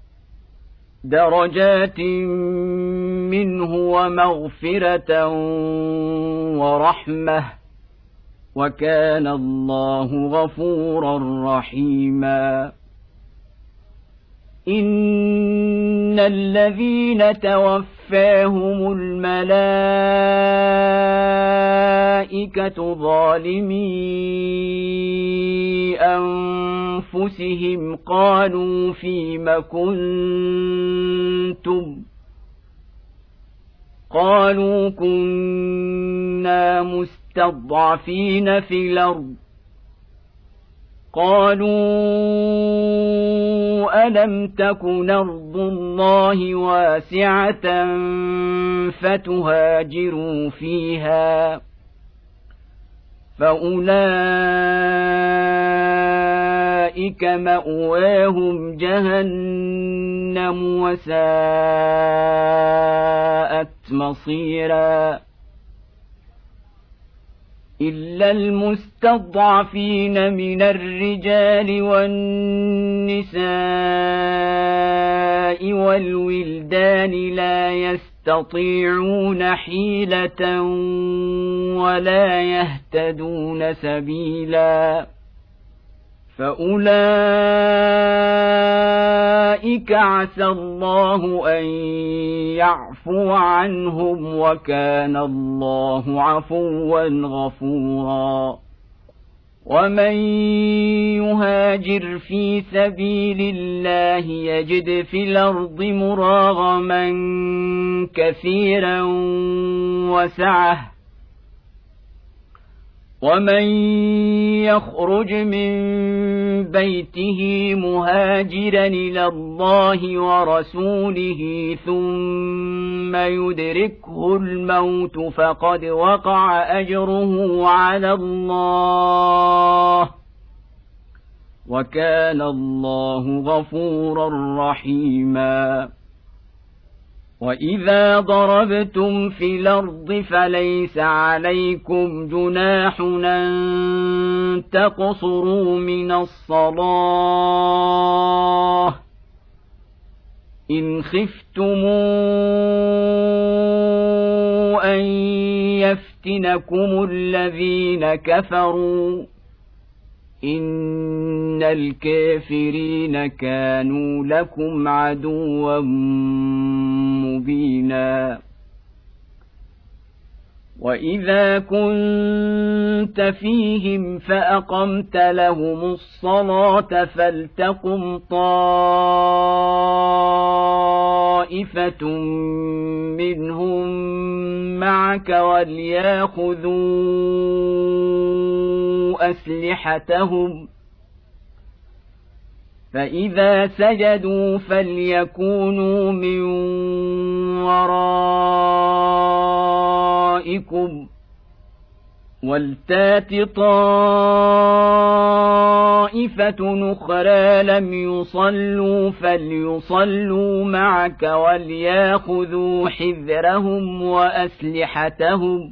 درجات منه ومغفرة ورحمة، وكان الله غفورا رحيما. إن الذين توفاهم الملائكة ظالمي أنفسهم قالوا فيم كنتم؟ قالوا كنا مستضعفين في الأرض. قالوا ألم تكن أرض الله واسعة فتهاجروا فيها؟ فأولئك مأواهم جهنم وساءت مصيرا. إلا المستضعفين من الرجال والنساء والولدان لا يستطيعون حيلة ولا يهتدون سبيلا، فأولئك عسى الله أن يعفو عنهم، وكان الله عفوا غفورا. ومن يهاجر في سبيل الله يجد في الأرض مراغما كثيرا وسعة، ومن يخرج من بيته مهاجرا إلى الله ورسوله ثم يدركه الموت فقد وقع أجره على الله، وكان الله غفورا رحيما. وإذا ضربتم في الأرض فليس عليكم جناح أن تقصروا من الصلاة إن خفتم أن يفتنكم الذين كفروا، إن الكافرين كانوا لكم عدوا مبينا. وإذا كنت فيهم فأقمت لهم الصلاة فلتقم طائفة منهم معك وليأخذوا أسلحتهم، فإذا سجدوا فليكونوا من ورائكم ولتات طائفة أخرى لم يصلوا فليصلوا معك وليأخذوا حذرهم وأسلحتهم.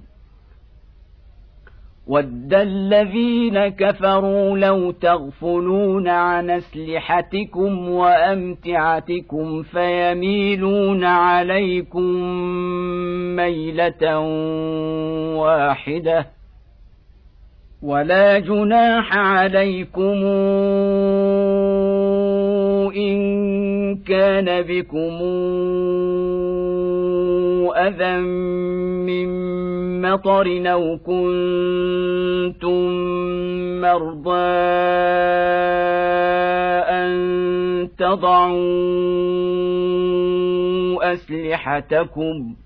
وَدَّ الَّذِينَ كَفَرُوا لَوْ تَغْفُلُونَ عَنْ أَسْلِحَتِكُمْ وَأَمْتِعَتِكُمْ فَيَمِيلُونَ عَلَيْكُمْ مَيْلَةً وَاحِدَةً، وَلَا جُنَاحَ عَلَيْكُمْ إِنْ كَانَ بِكُمْ أذى من مطر أو كنتم مرضى أن تضعوا أسلحتكم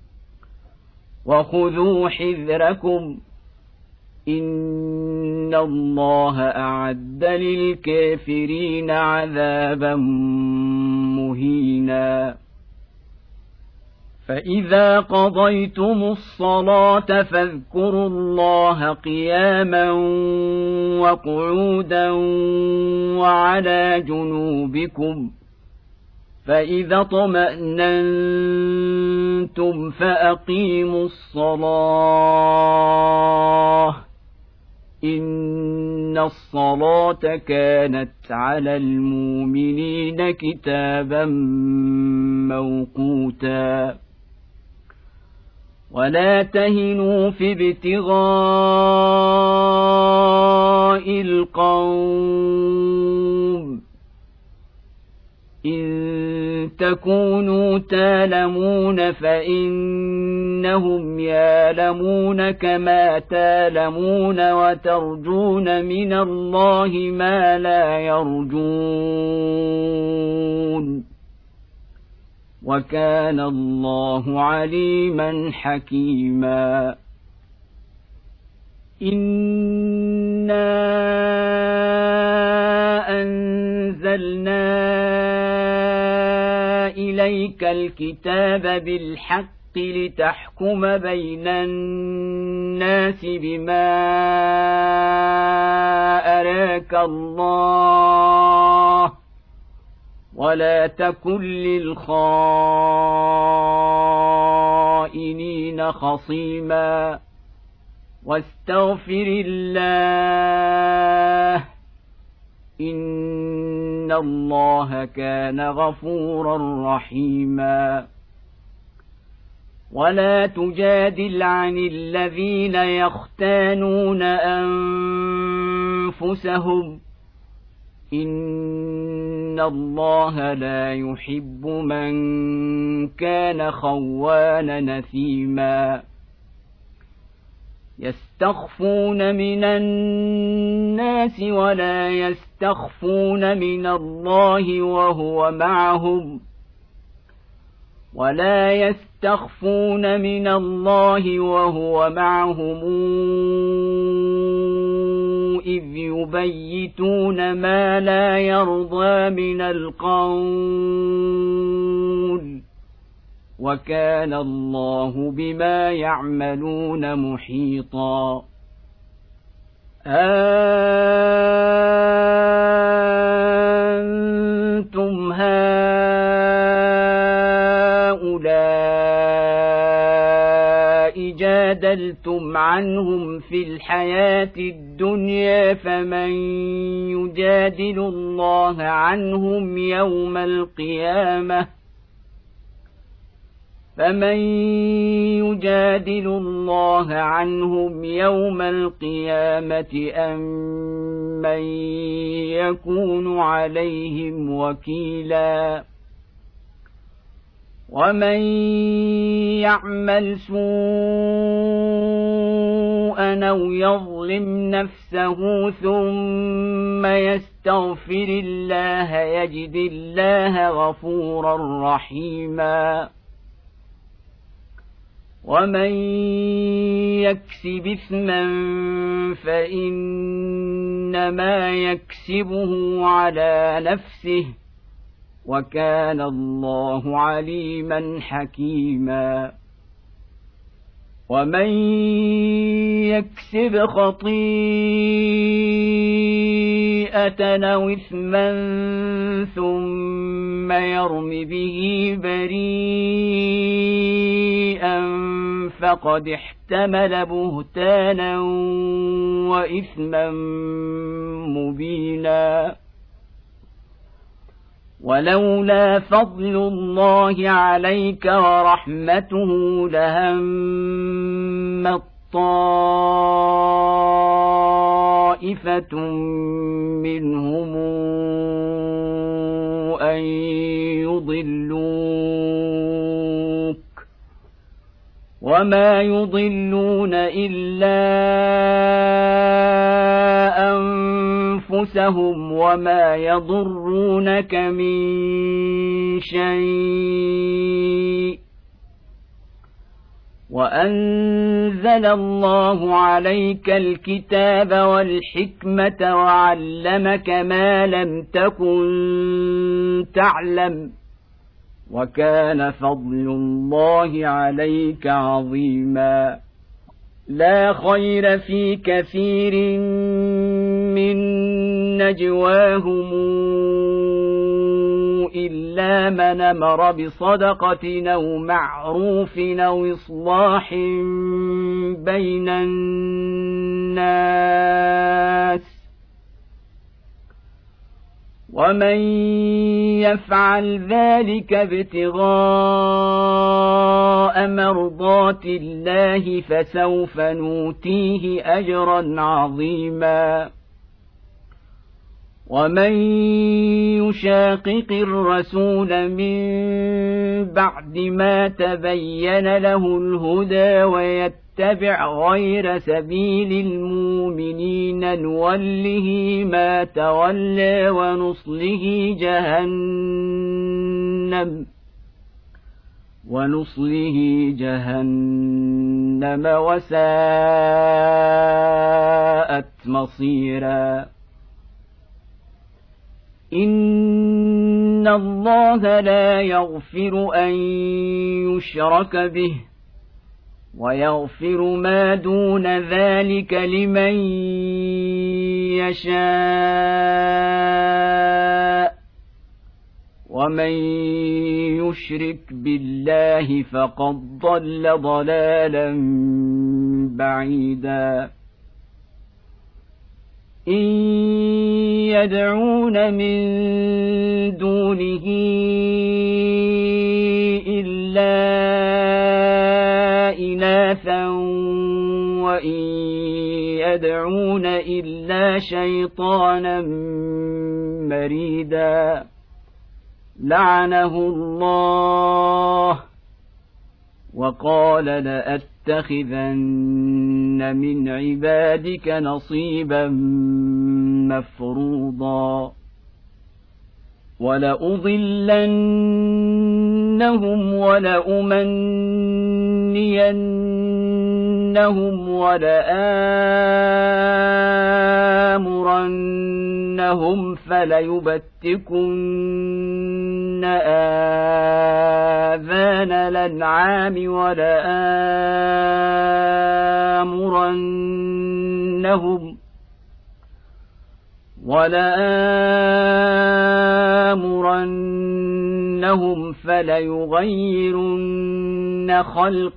وخذوا حذركم إن الله أعد للكافرين عذابا مهينا فإذا قضيتم الصلاة فاذكروا الله قياما وقعودا وعلى جنوبكم فإذا اطمأننتم فأقيموا الصلاة إن الصلاة كانت على المؤمنين كتابا موقوتا ولا تهنوا في ابتغاء القوم إن تكونوا تالمون فإنهم يالمون كما تالمون وترجون من الله ما لا يرجون وكان الله عليما حكيما إنا أنزلنا إليك الكتاب بالحق لتحكم بين الناس بما أراك الله ولا تكن للخائنين خصيما واستغفر الله إن الله كان غفورا رحيما ولا تجادل عن الذين يختانون أنفسهم إن الله لا يحب من كان خوانا نثيما يستخفون من الناس ولا يستخفون من الله وهو معهم ولا يستخفون من الله وهو معهم إذ يبيتون ما لا يرضى من القول وكان الله بما يعملون محيطا أنتم هؤلاء جادلتم عنهم في الحياة الدنيا فمن يجادل الله عنهم يوم القيامة فمن يجادل الله عنهم يوم القيامة أم من يكون عليهم وكيلا ومن يعمل سوءا أو يظلم نفسه ثم يستغفر الله يجد الله غفورا رحيما ومن يكسب إثما فإنما يكسبه على نفسه وكان الله عليما حكيما ومن يكسب خطيئة أو إثما ثم يرم به بريئا فقد احتمل بهتانا وإثما مبينا ولولا فضل الله عليك ورحمته لهم طائفة منهم أن يضلوك وما يضلون إلا أنفسهم وما يضرونك من شيء وأنزل الله عليك الكتاب والحكمة وعلمك ما لم تكن تعلم وكان فضل الله عليك عظيما لا خير في كثير من نجواهم إلا من أمر بصدقة أو معروف أو إصلاح بين الناس ومن يفعل ذلك ابتغاء مرضات الله فسوف نؤتيه أجرا عظيما ومن يشاقق الرسول من بعد ما تبين له الهدى ويتبع غير سبيل المؤمنين نوله ما تولى ونصله جهنم ونصله جهنم وساءت مصيرا إن الله لا يغفر أن يشرك به ويغفر ما دون ذلك لمن يشاء ومن يشرك بالله فقد ضل ضلالا بعيدا إن يدعون من دونه إلا إناثا وإن يدعون إلا شيطانا مريدا لعنه الله وقال لأتخذن من عبادك نصيبا مفروضا ولأضلنهم ولأمنينهم ولآمرنهم فليبتكن آذان الأنعام ولآمرنهم ولآمرنهم فليغيرن خلق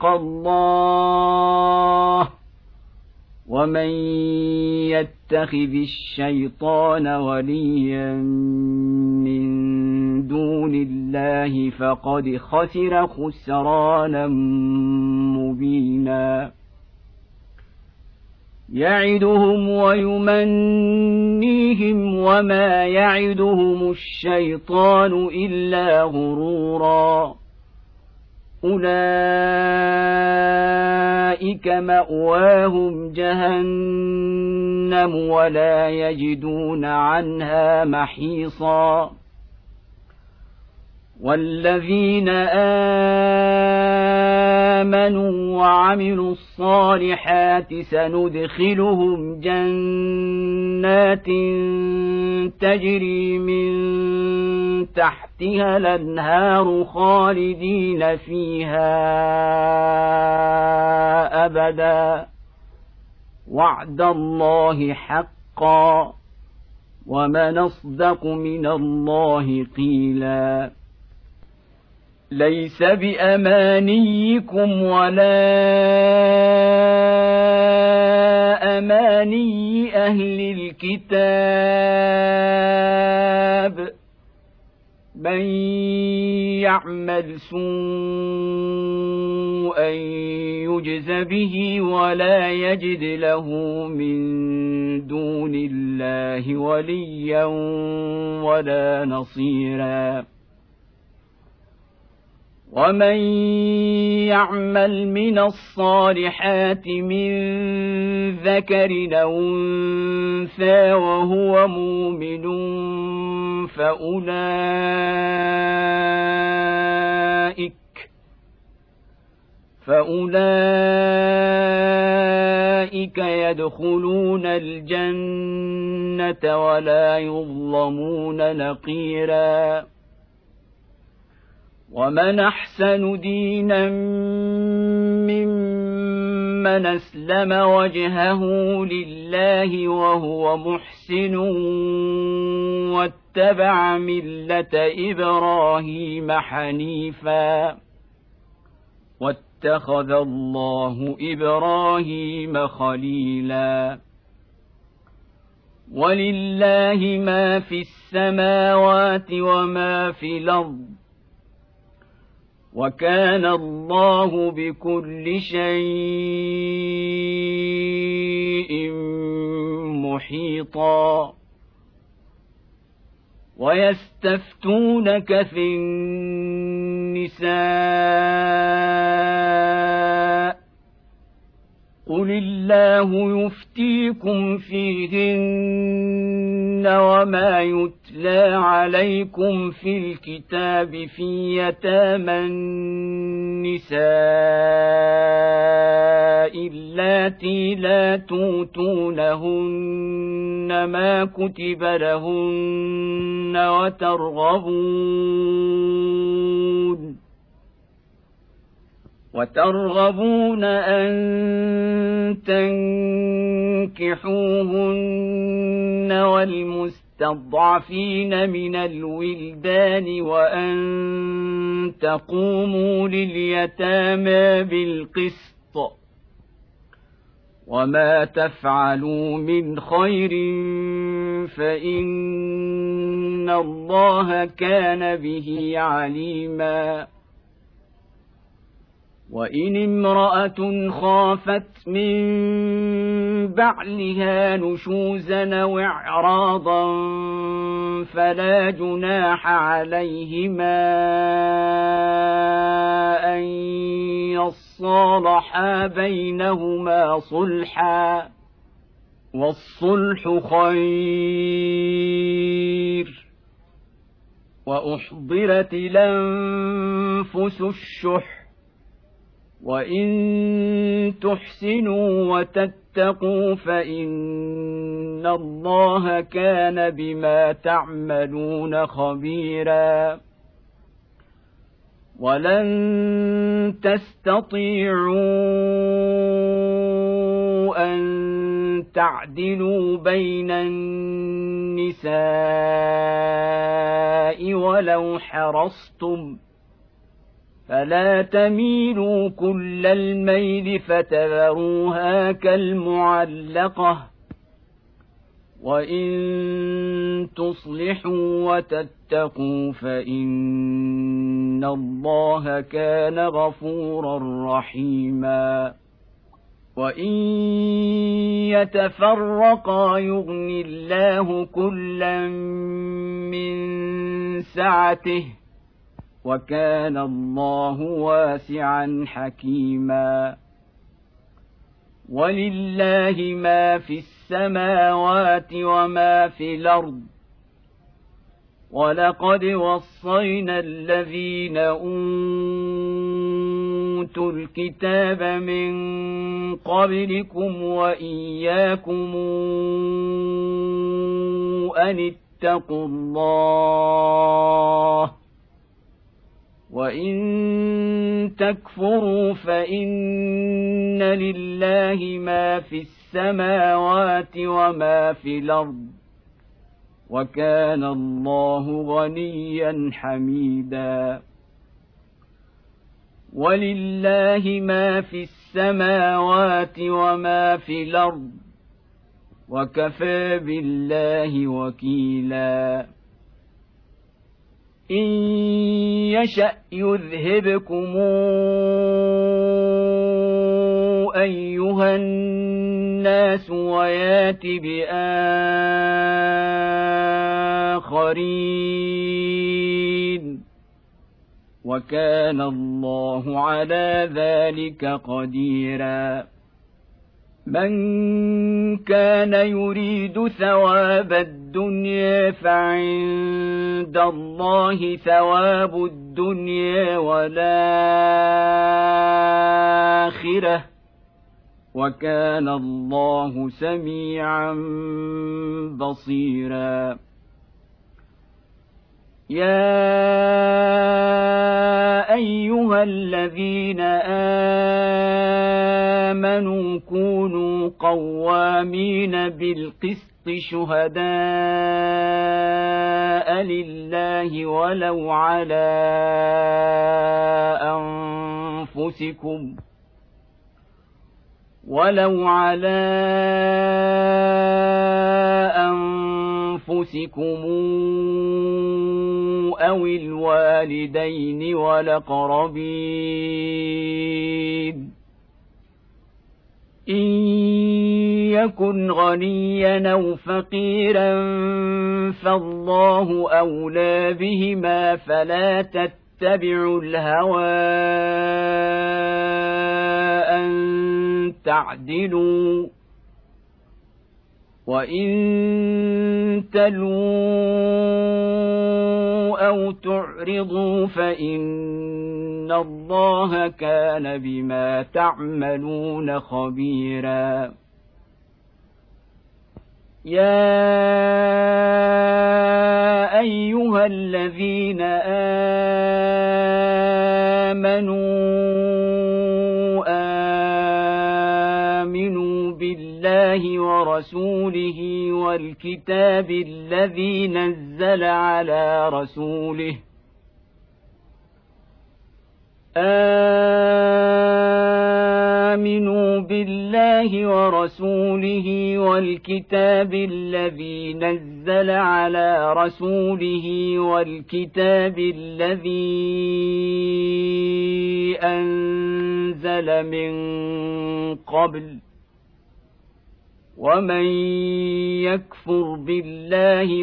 الله ومن يتخذ الشيطان وليا من دون الله فقد خسر خسرانا مبينا يعدهم ويمنيهم وما يعدهم الشيطان إلا غرورا أولئك مأواهم جهنم ولا يجدون عنها محيصا والذين آمنوا وعملوا الصالحات سندخلهم جنات تجري من تحتها الأنهار خالدين فيها أبدا وعد الله حقا ومن أصدق من الله قيلا ليس بأمانيكم ولا أماني أهل الكتاب من يعمل سوءا يجز به ولا يجد له من دون الله وليا ولا نصيرا ومن يعمل من الصالحات من ذكر أو أنثى وهو مؤمن فأولئك فأولئك يدخلون الجنة ولا يظلمون نقيرا ومن أحسن دينا ممن أسلم وجهه لله وهو محسن واتبع ملة إبراهيم حنيفا واتخذ الله إبراهيم خليلا ولله ما في السماوات وما في الأرض وكان الله بكل شيء محيطا ويستفتونك في النساء قل الله يفتيكم فيهن وما يتلى عليكم في الكتاب في يتامى النساء اللاتي لا توتونهن ما كتب لهن وترغبون وترغبون أن تنكحوهن والمستضعفين من الولدان وأن تقوموا لليتامى بالقسط وما تفعلوا من خير فإن الله كان به عليما وإن امرأة خافت من بعلها نشوزا أو إعراضا فلا جناح عليهما أن يصالحا بينهما صلحا والصلح خير وأحضرت الأنفس الشح وإن تحسنوا وتتقوا فإن الله كان بما تعملون خبيرا ولن تستطيعوا أن تعدلوا بين النساء ولو حرصتم فلا تميلوا كل الميل فتذروها كالمعلقة وإن تصلحوا وتتقوا فإن الله كان غفورا رحيما وإن يتفرقا يغن الله كلا من سعته وكان الله واسعا حكيما ولله ما في السماوات وما في الأرض ولقد وصينا الذين أوتوا الكتاب من قبلكم وإياكم أن اتقوا الله وإن تكفروا فإن لله ما في السماوات وما في الأرض وكان الله غنيا حميدا ولله ما في السماوات وما في الأرض وكفى بالله وكيلا إن يشأ يذهبكم أيها الناس ويات بآخرين وكان الله على ذلك قديرا من كان يريد ثواب الدنيا فعند الله ثواب الدنيا والآخرة وكان الله سميعا بصيرا يا أيها الذين آمنوا كونوا قوامين بالقسط شهداء لله ولو على أنفسكم ولو على أنفسكم أو الوالدين والأقربين إن يكن غنيا أو فقيرا فالله أولى بهما فلا تتبعوا الهوى أن تعدلوا وإن تلووا أو تعرضوا فإن الله كان بما تعملون خبيرا يا أيها الذين آمنوا آمنوا بالله ورسوله والكتاب الذي نزل على رسوله آمنوا بالله ورسوله والكتاب الذي نزل على رسوله والكتاب الذي أنزل من قبل ومن يكفر بالله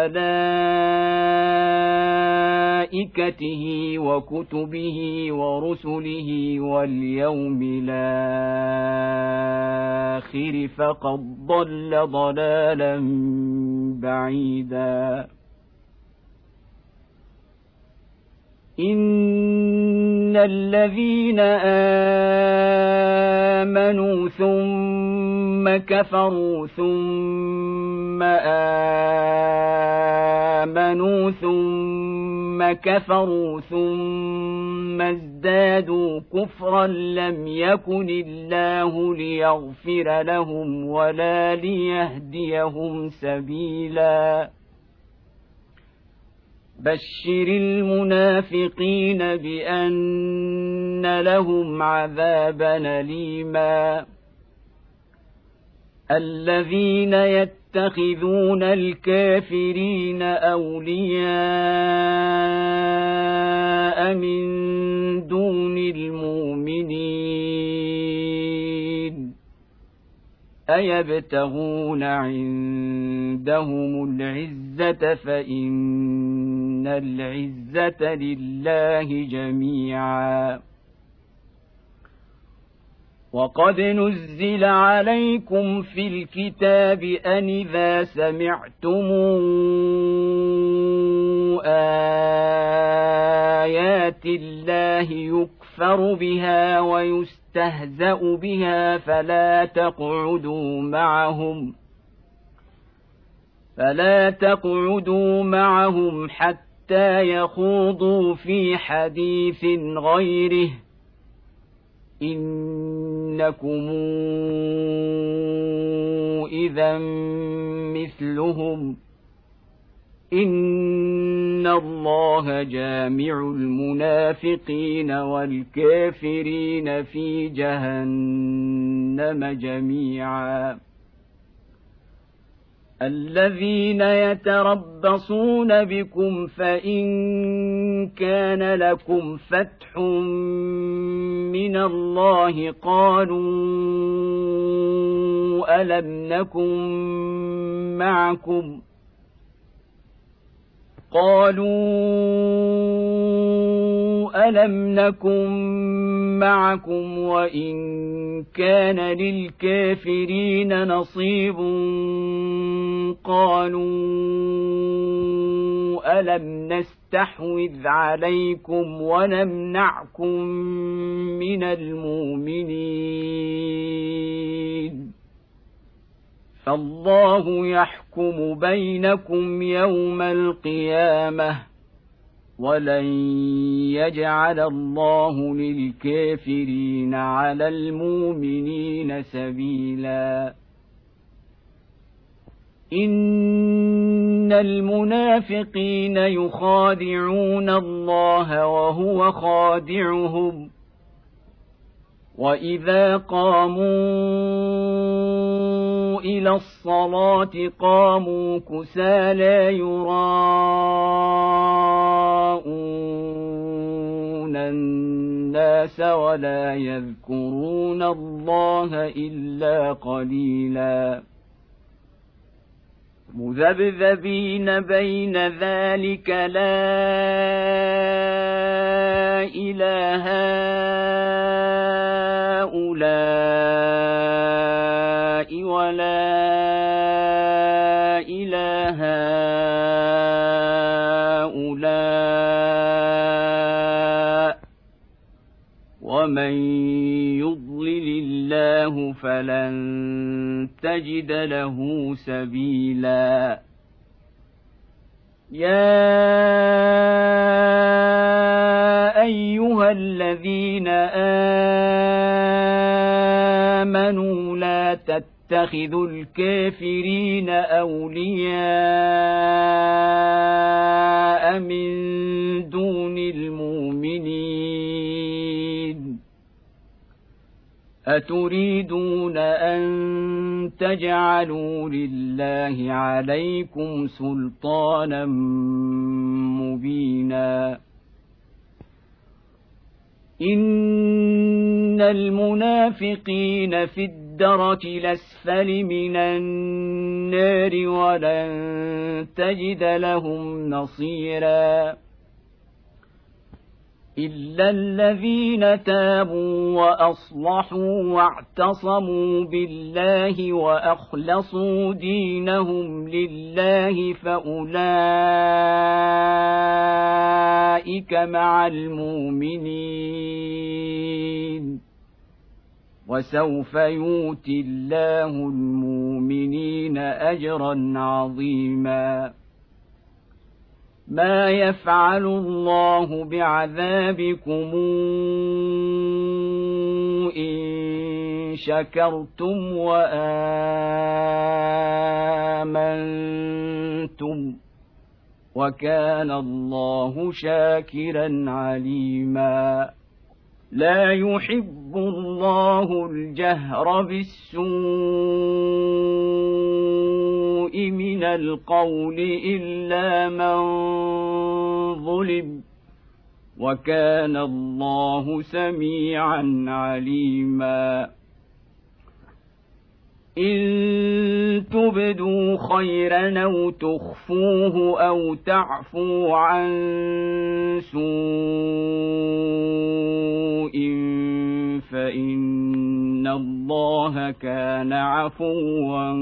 وملائكته وكتبه ورسله واليوم الآخر فقد ضل ضلالا بعيدا إن الذين آمنوا ثم كفروا ثم آمنوا ثم كفروا ثم ازدادوا كفرا لم يكن الله ليغفر لهم ولا ليهديهم سبيلا بشر المنافقين بأن لهم عذابا أليما الذين يتخذون الكافرين أولياء من دون المؤمنين أيبتغون عندهم العزة فإن العزة لله جميعا وقد نزل عليكم في الكتاب أن إذا سمعتم آيات الله يكفر بها ويستهزأ بها فلا تقعدوا معهم فلا تقعدوا معهم حتى يخوضوا في حديث غيره إنكم إذا مثلهم إن الله جامع المنافقين والكافرين في جهنم جميعا الذين يتربصون بكم فإن كان لكم فتح من الله قالوا ألم نكن معكم قالوا ألم نكن معكم وإن كان للكافرين نصيب قالوا ألم نستحوذ عليكم ونمنعكم من المؤمنين فالله يحكم بينكم يوم القيامة ولن يجعل الله للكافرين على المؤمنين سبيلا إن المنافقين يخادعون الله وهو خادعهم وإذا قاموا إلى الصلاة قاموا كسالى يراءون الناس ولا يذكرون الله إلا قليلا مذبذبين بين ذلك لا إله هؤلاء ولا إله هؤلاء ومن يضلل الله فلن تجد له سبيلا يا أيها الذين آمنوا لا تتخذوا الكافرين أولياء من دون المؤمنين أتريدون أن تجعلوا لله عليكم سلطانا مبينا إن المنافقين في الدرك الأسفل من النار ولن تجد لهم نصيرا إلا الذين تابوا وأصلحوا واعتصموا بالله وأخلصوا دينهم لله فأولئك مع المؤمنين وسوف يؤتي الله المؤمنين أجرا عظيما ما يفعل الله بعذابكم إن شكرتم وآمنتم وكان الله شاكرا عليما لا يحب الله الجهر بالسوء من القول إلا من ظلم وكان الله سميعا عليما إن تبدوا خيرا أو تخفوه أو تعفوا عن سوء فإن الله كان عفوا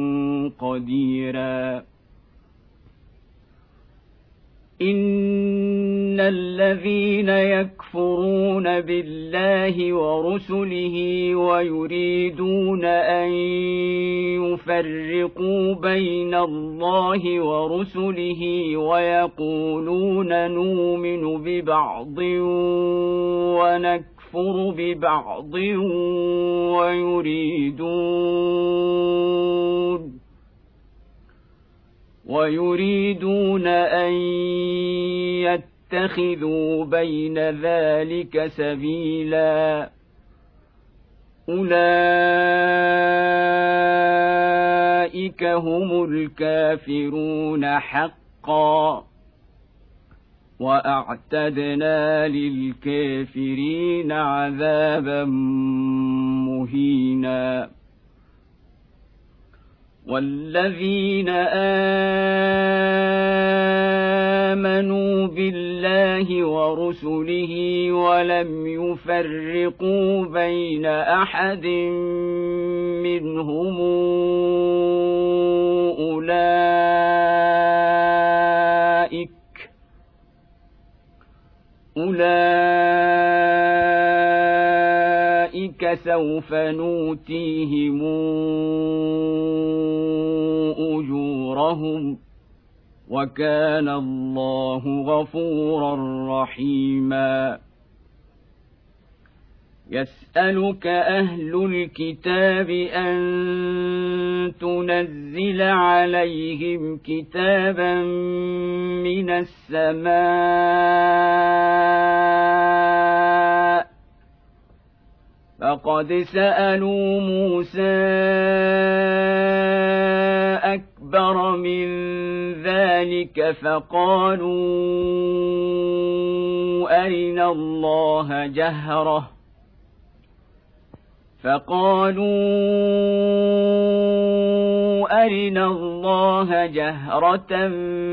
قديرا إن الذين يكفرون بالله ورسله ويريدون أن يفرقوا بين الله ورسله ويقولون نؤمن ببعض ونكفر ببعض ويريدون ويريدون أن يتخذوا بين ذلك سبيلا أولئك هم الكافرون حقا وأعتدنا للكافرين عذابا مهينا والذين آمنوا بالله الله ورسله ولم يفرقوا بين أحد منهم أولئك أولئك سوف نؤتيهم أجورهم وكان الله غفورا رحيما. يسألك أهل الكتاب أن تنزل عليهم كتابا من السماء فقد سألوا موسى أكبر من ذلك فقالوا أرنا الله جهرة فقالوا أرنا الله جهرة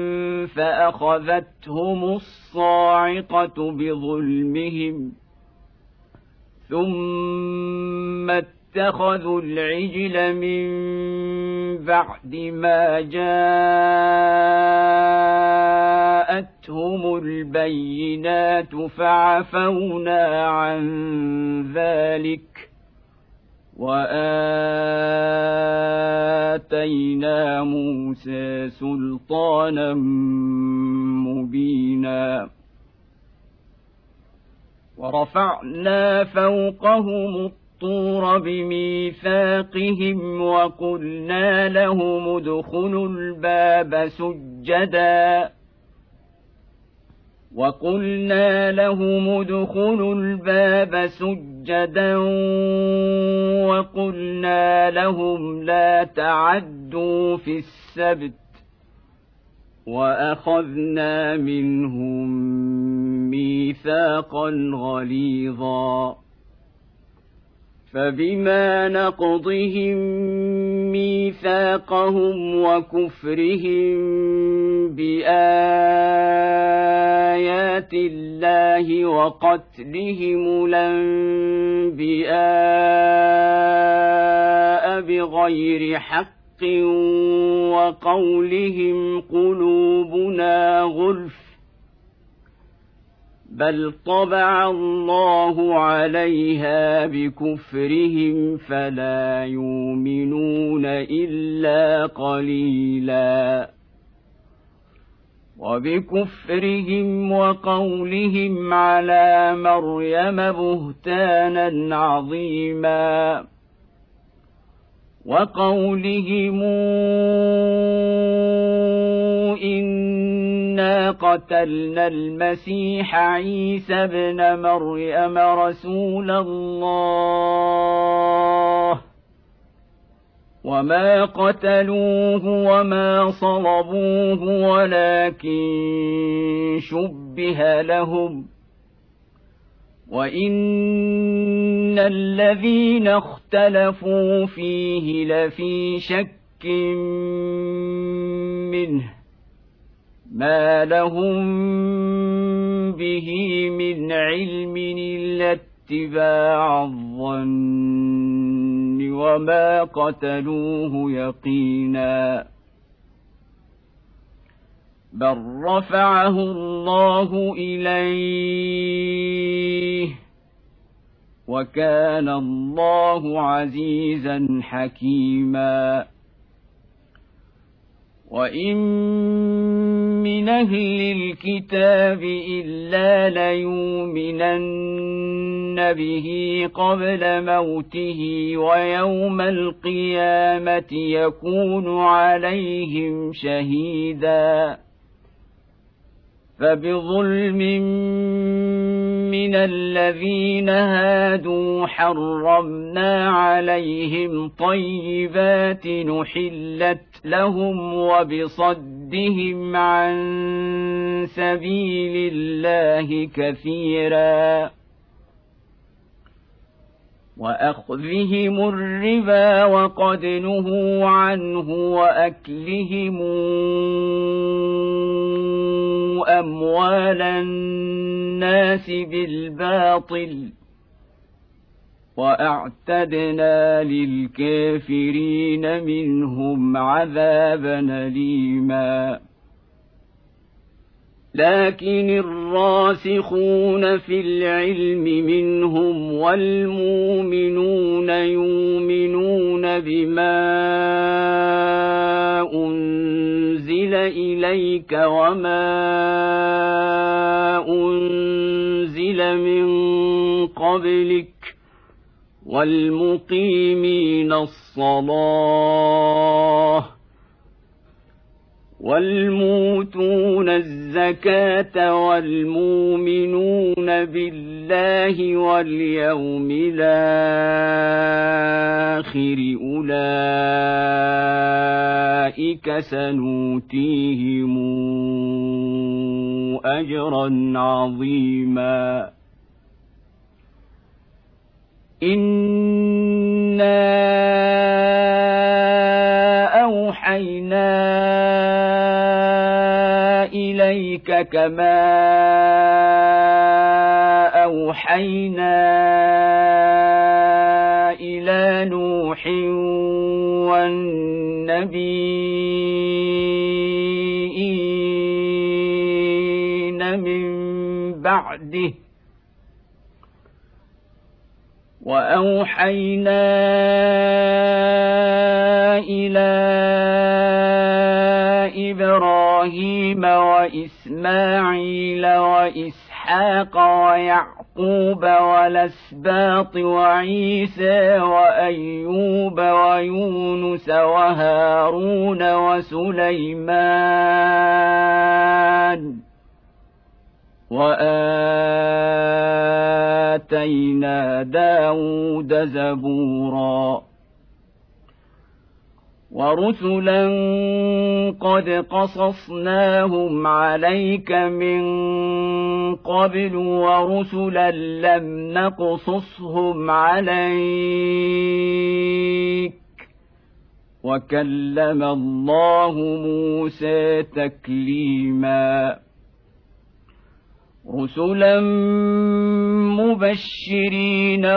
فأخذتهم الصاعقة بظلمهم ثم اتخذوا العجل من بعد ما جاءتهم البينات فعفونا عن ذلك وآتينا موسى سلطانا مبينا. ورفعنا فوقهم الطور بميثاقهم وقلنا لهم ادخلوا الباب سجدا وقلنا لهم ادخلوا الباب سجدا وقلنا لهم لا تعدوا في السبت وأخذنا منهم ميثاقا غليظا. فبما نقضهم ميثاقهم وكفرهم بآيات الله وقتلهم الأنبياء بغير حق وقولهم قلوبنا غلف بل طبع الله عليها بكفرهم فلا يؤمنون إلا قليلا. وبكفرهم وقولهم على مريم بهتانا عظيما وقولهم إنا قتلنا المسيح عيسى ابن مريم رسول الله وما قتلوه وما صلبوه ولكن شبه لهم وإن الذين اختلفوا فيه لفي شك منه ما لهم به من علم إلا اتباع الظن وما قتلوه يقينا بل رفعه الله إليه وكان الله عزيزا حكيما. وإن من أهل الكتاب إلا ليؤمنن به قبل موته ويوم القيامة يكون عليهم شهيدا فبظلم من الذين هادوا حرمنا عليهم طيبات نحلت لهم وبصدهم عن سبيل الله كثيرا وأخذهم الربا وقد نهوا عنه وأكلهم أموال الناس بالباطل وأعتدنا للكافرين منهم عذابا أليما لكن الراسخون في العلم منهم والمؤمنون يؤمنون بما أنزل إليك وما أنزل من قبلك والمقيمين الصلاة والموتون الزكاة والمؤمنون بالله واليوم الآخر أولئك سنؤتيهم أجرا عظيما إنا أوحينا إليك كما أوحينا إلى نوح والنبيين من بعده وأوحينا إلى إبراهيم وإسماعيل وإسحاق ويعقوب والأسباط وعيسى وأيوب ويونس وهارون وسليمان وآتينا داود زبورا ورسلا قد قصصناهم عليك من قبل ورسلا لم نقصصهم عليك وكلم الله موسى تكليما رسلا مبشرين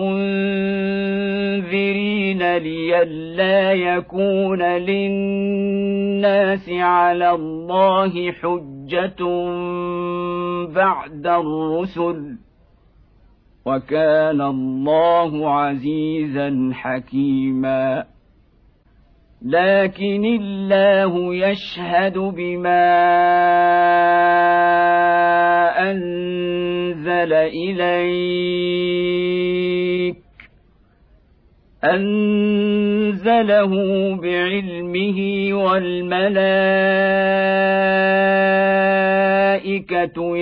ومنذرين لئلا يكون للناس على الله حجة بعد الرسل وكان الله عزيزا حكيما لكن الله يشهد بما أنزل إليك أنزله بعلمه والملائكة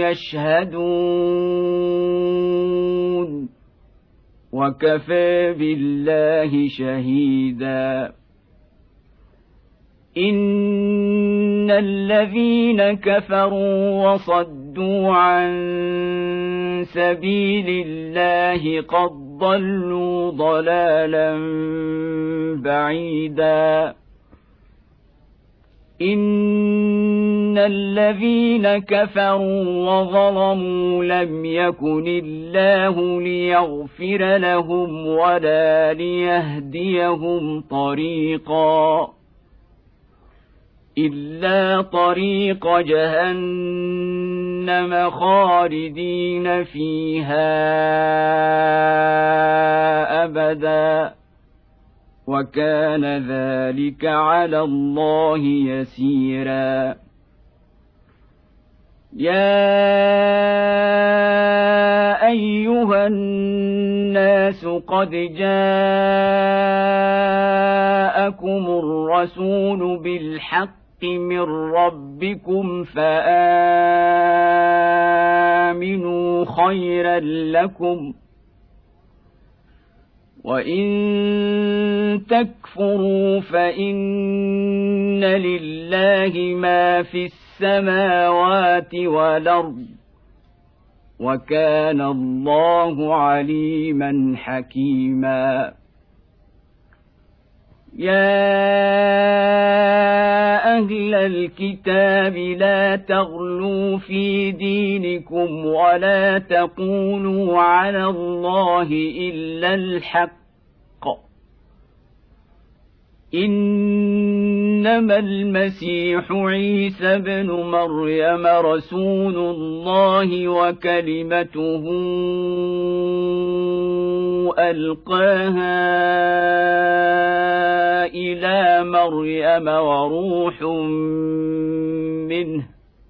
يشهدون وكفى بالله شهيدا إن الذين كفروا وصدوا عن سبيل الله قد ضلوا ضلالا بعيدا إن الذين كفروا وظلموا لم يكن الله ليغفر لهم ولا ليهديهم طريقا إلا طريق جهنم خالدين فيها أبدا وكان ذلك على الله يسيرا يا أيها الناس قد جاءكم الرسول بالحق من ربكم فآمنوا خيرا لكم وإن تكفروا فإن لله ما في السماوات والأرض وكان الله عليما حكيما يا أهل الكتاب لا تغلوا في دينكم ولا تقولوا على الله إلا الحق إنما المسيح عيسى ابن مريم رسول الله وكلمته ألقاها إلى مريم وروح منه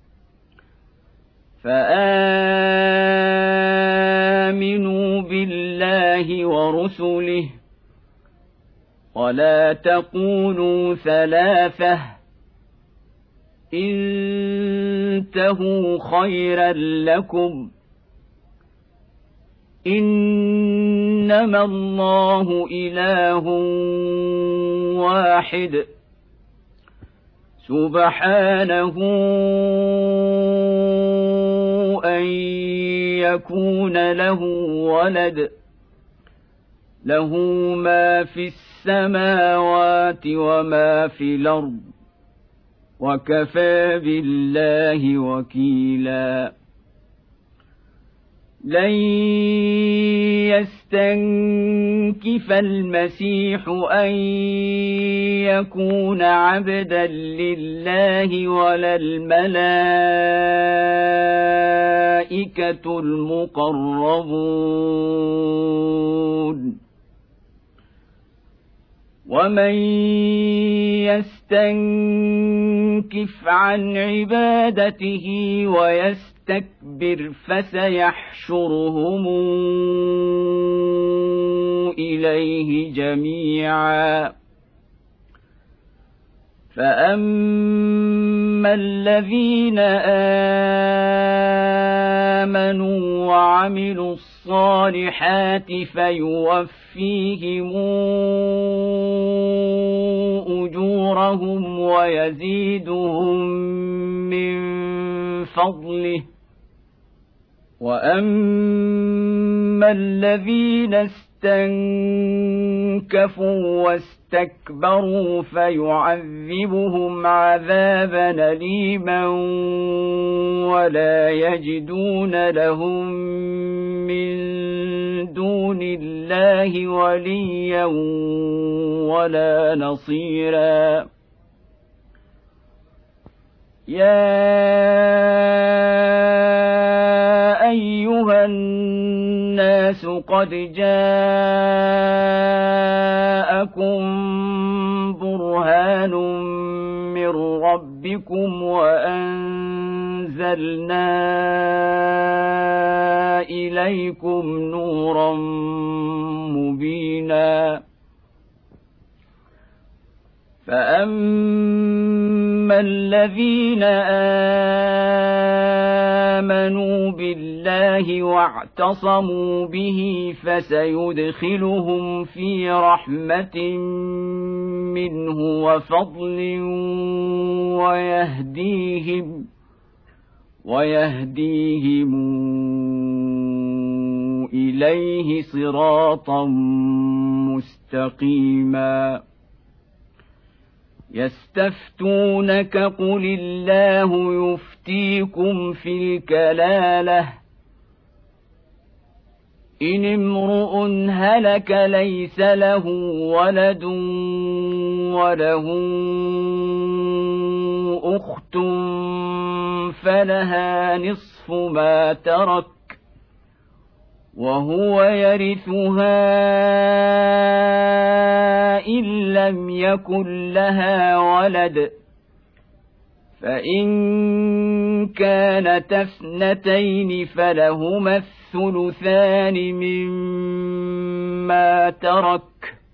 فآمنوا بالله ورسله ولا تقولوا ثلاثة انتهوا خيرا لكم إنما الله إله واحد سبحانه أن يكون له ولد له ما في السماوات وما في الأرض وكفى بالله وكيلا لن يستنكف المسيح أن يكون عبدا لله ولا الملائكة المقربون ومن يستنكف عن عبادته ويستكبر فسيحشرهم إليه جميعا فأما الذين آمنوا وعملوا الصالحات فيوفيهم أجورهم ويزيدهم من فضله وأما الذين استنكفوا واستكبروا فيعذبهم عذابا أليما ولا يجدون لهم من دون الله وليا ولا نصيرا يا أيها الناس قد جاءكم برهان من ربكم وأنزلنا إليكم نورا مبينا فأما الذين آمنوا بالله واعتصموا به فسيدخلهم في رحمة منه وفضل ويهديهم ويهديهم إليه صراطا مستقيما يستفتونك قل الله يفتيكم في الكلالة إن امرؤ هلك ليس له ولد وله أخت فلها نصف ما ترك وهو يرثها إن لم يكن لها ولد فإن كانت اثنتين فلهما الثلثان مما ترك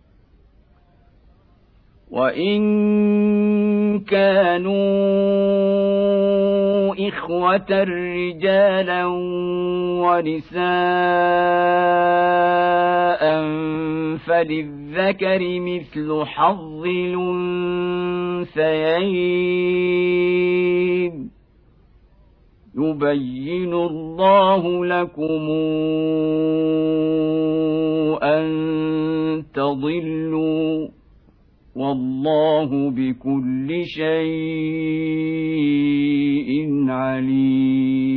وإن كانوا إخوة رجالا ونساء فللذكر مثل حظ الأنثيين يبين الله لكم أن تضلوا والله بكل شيء عليم.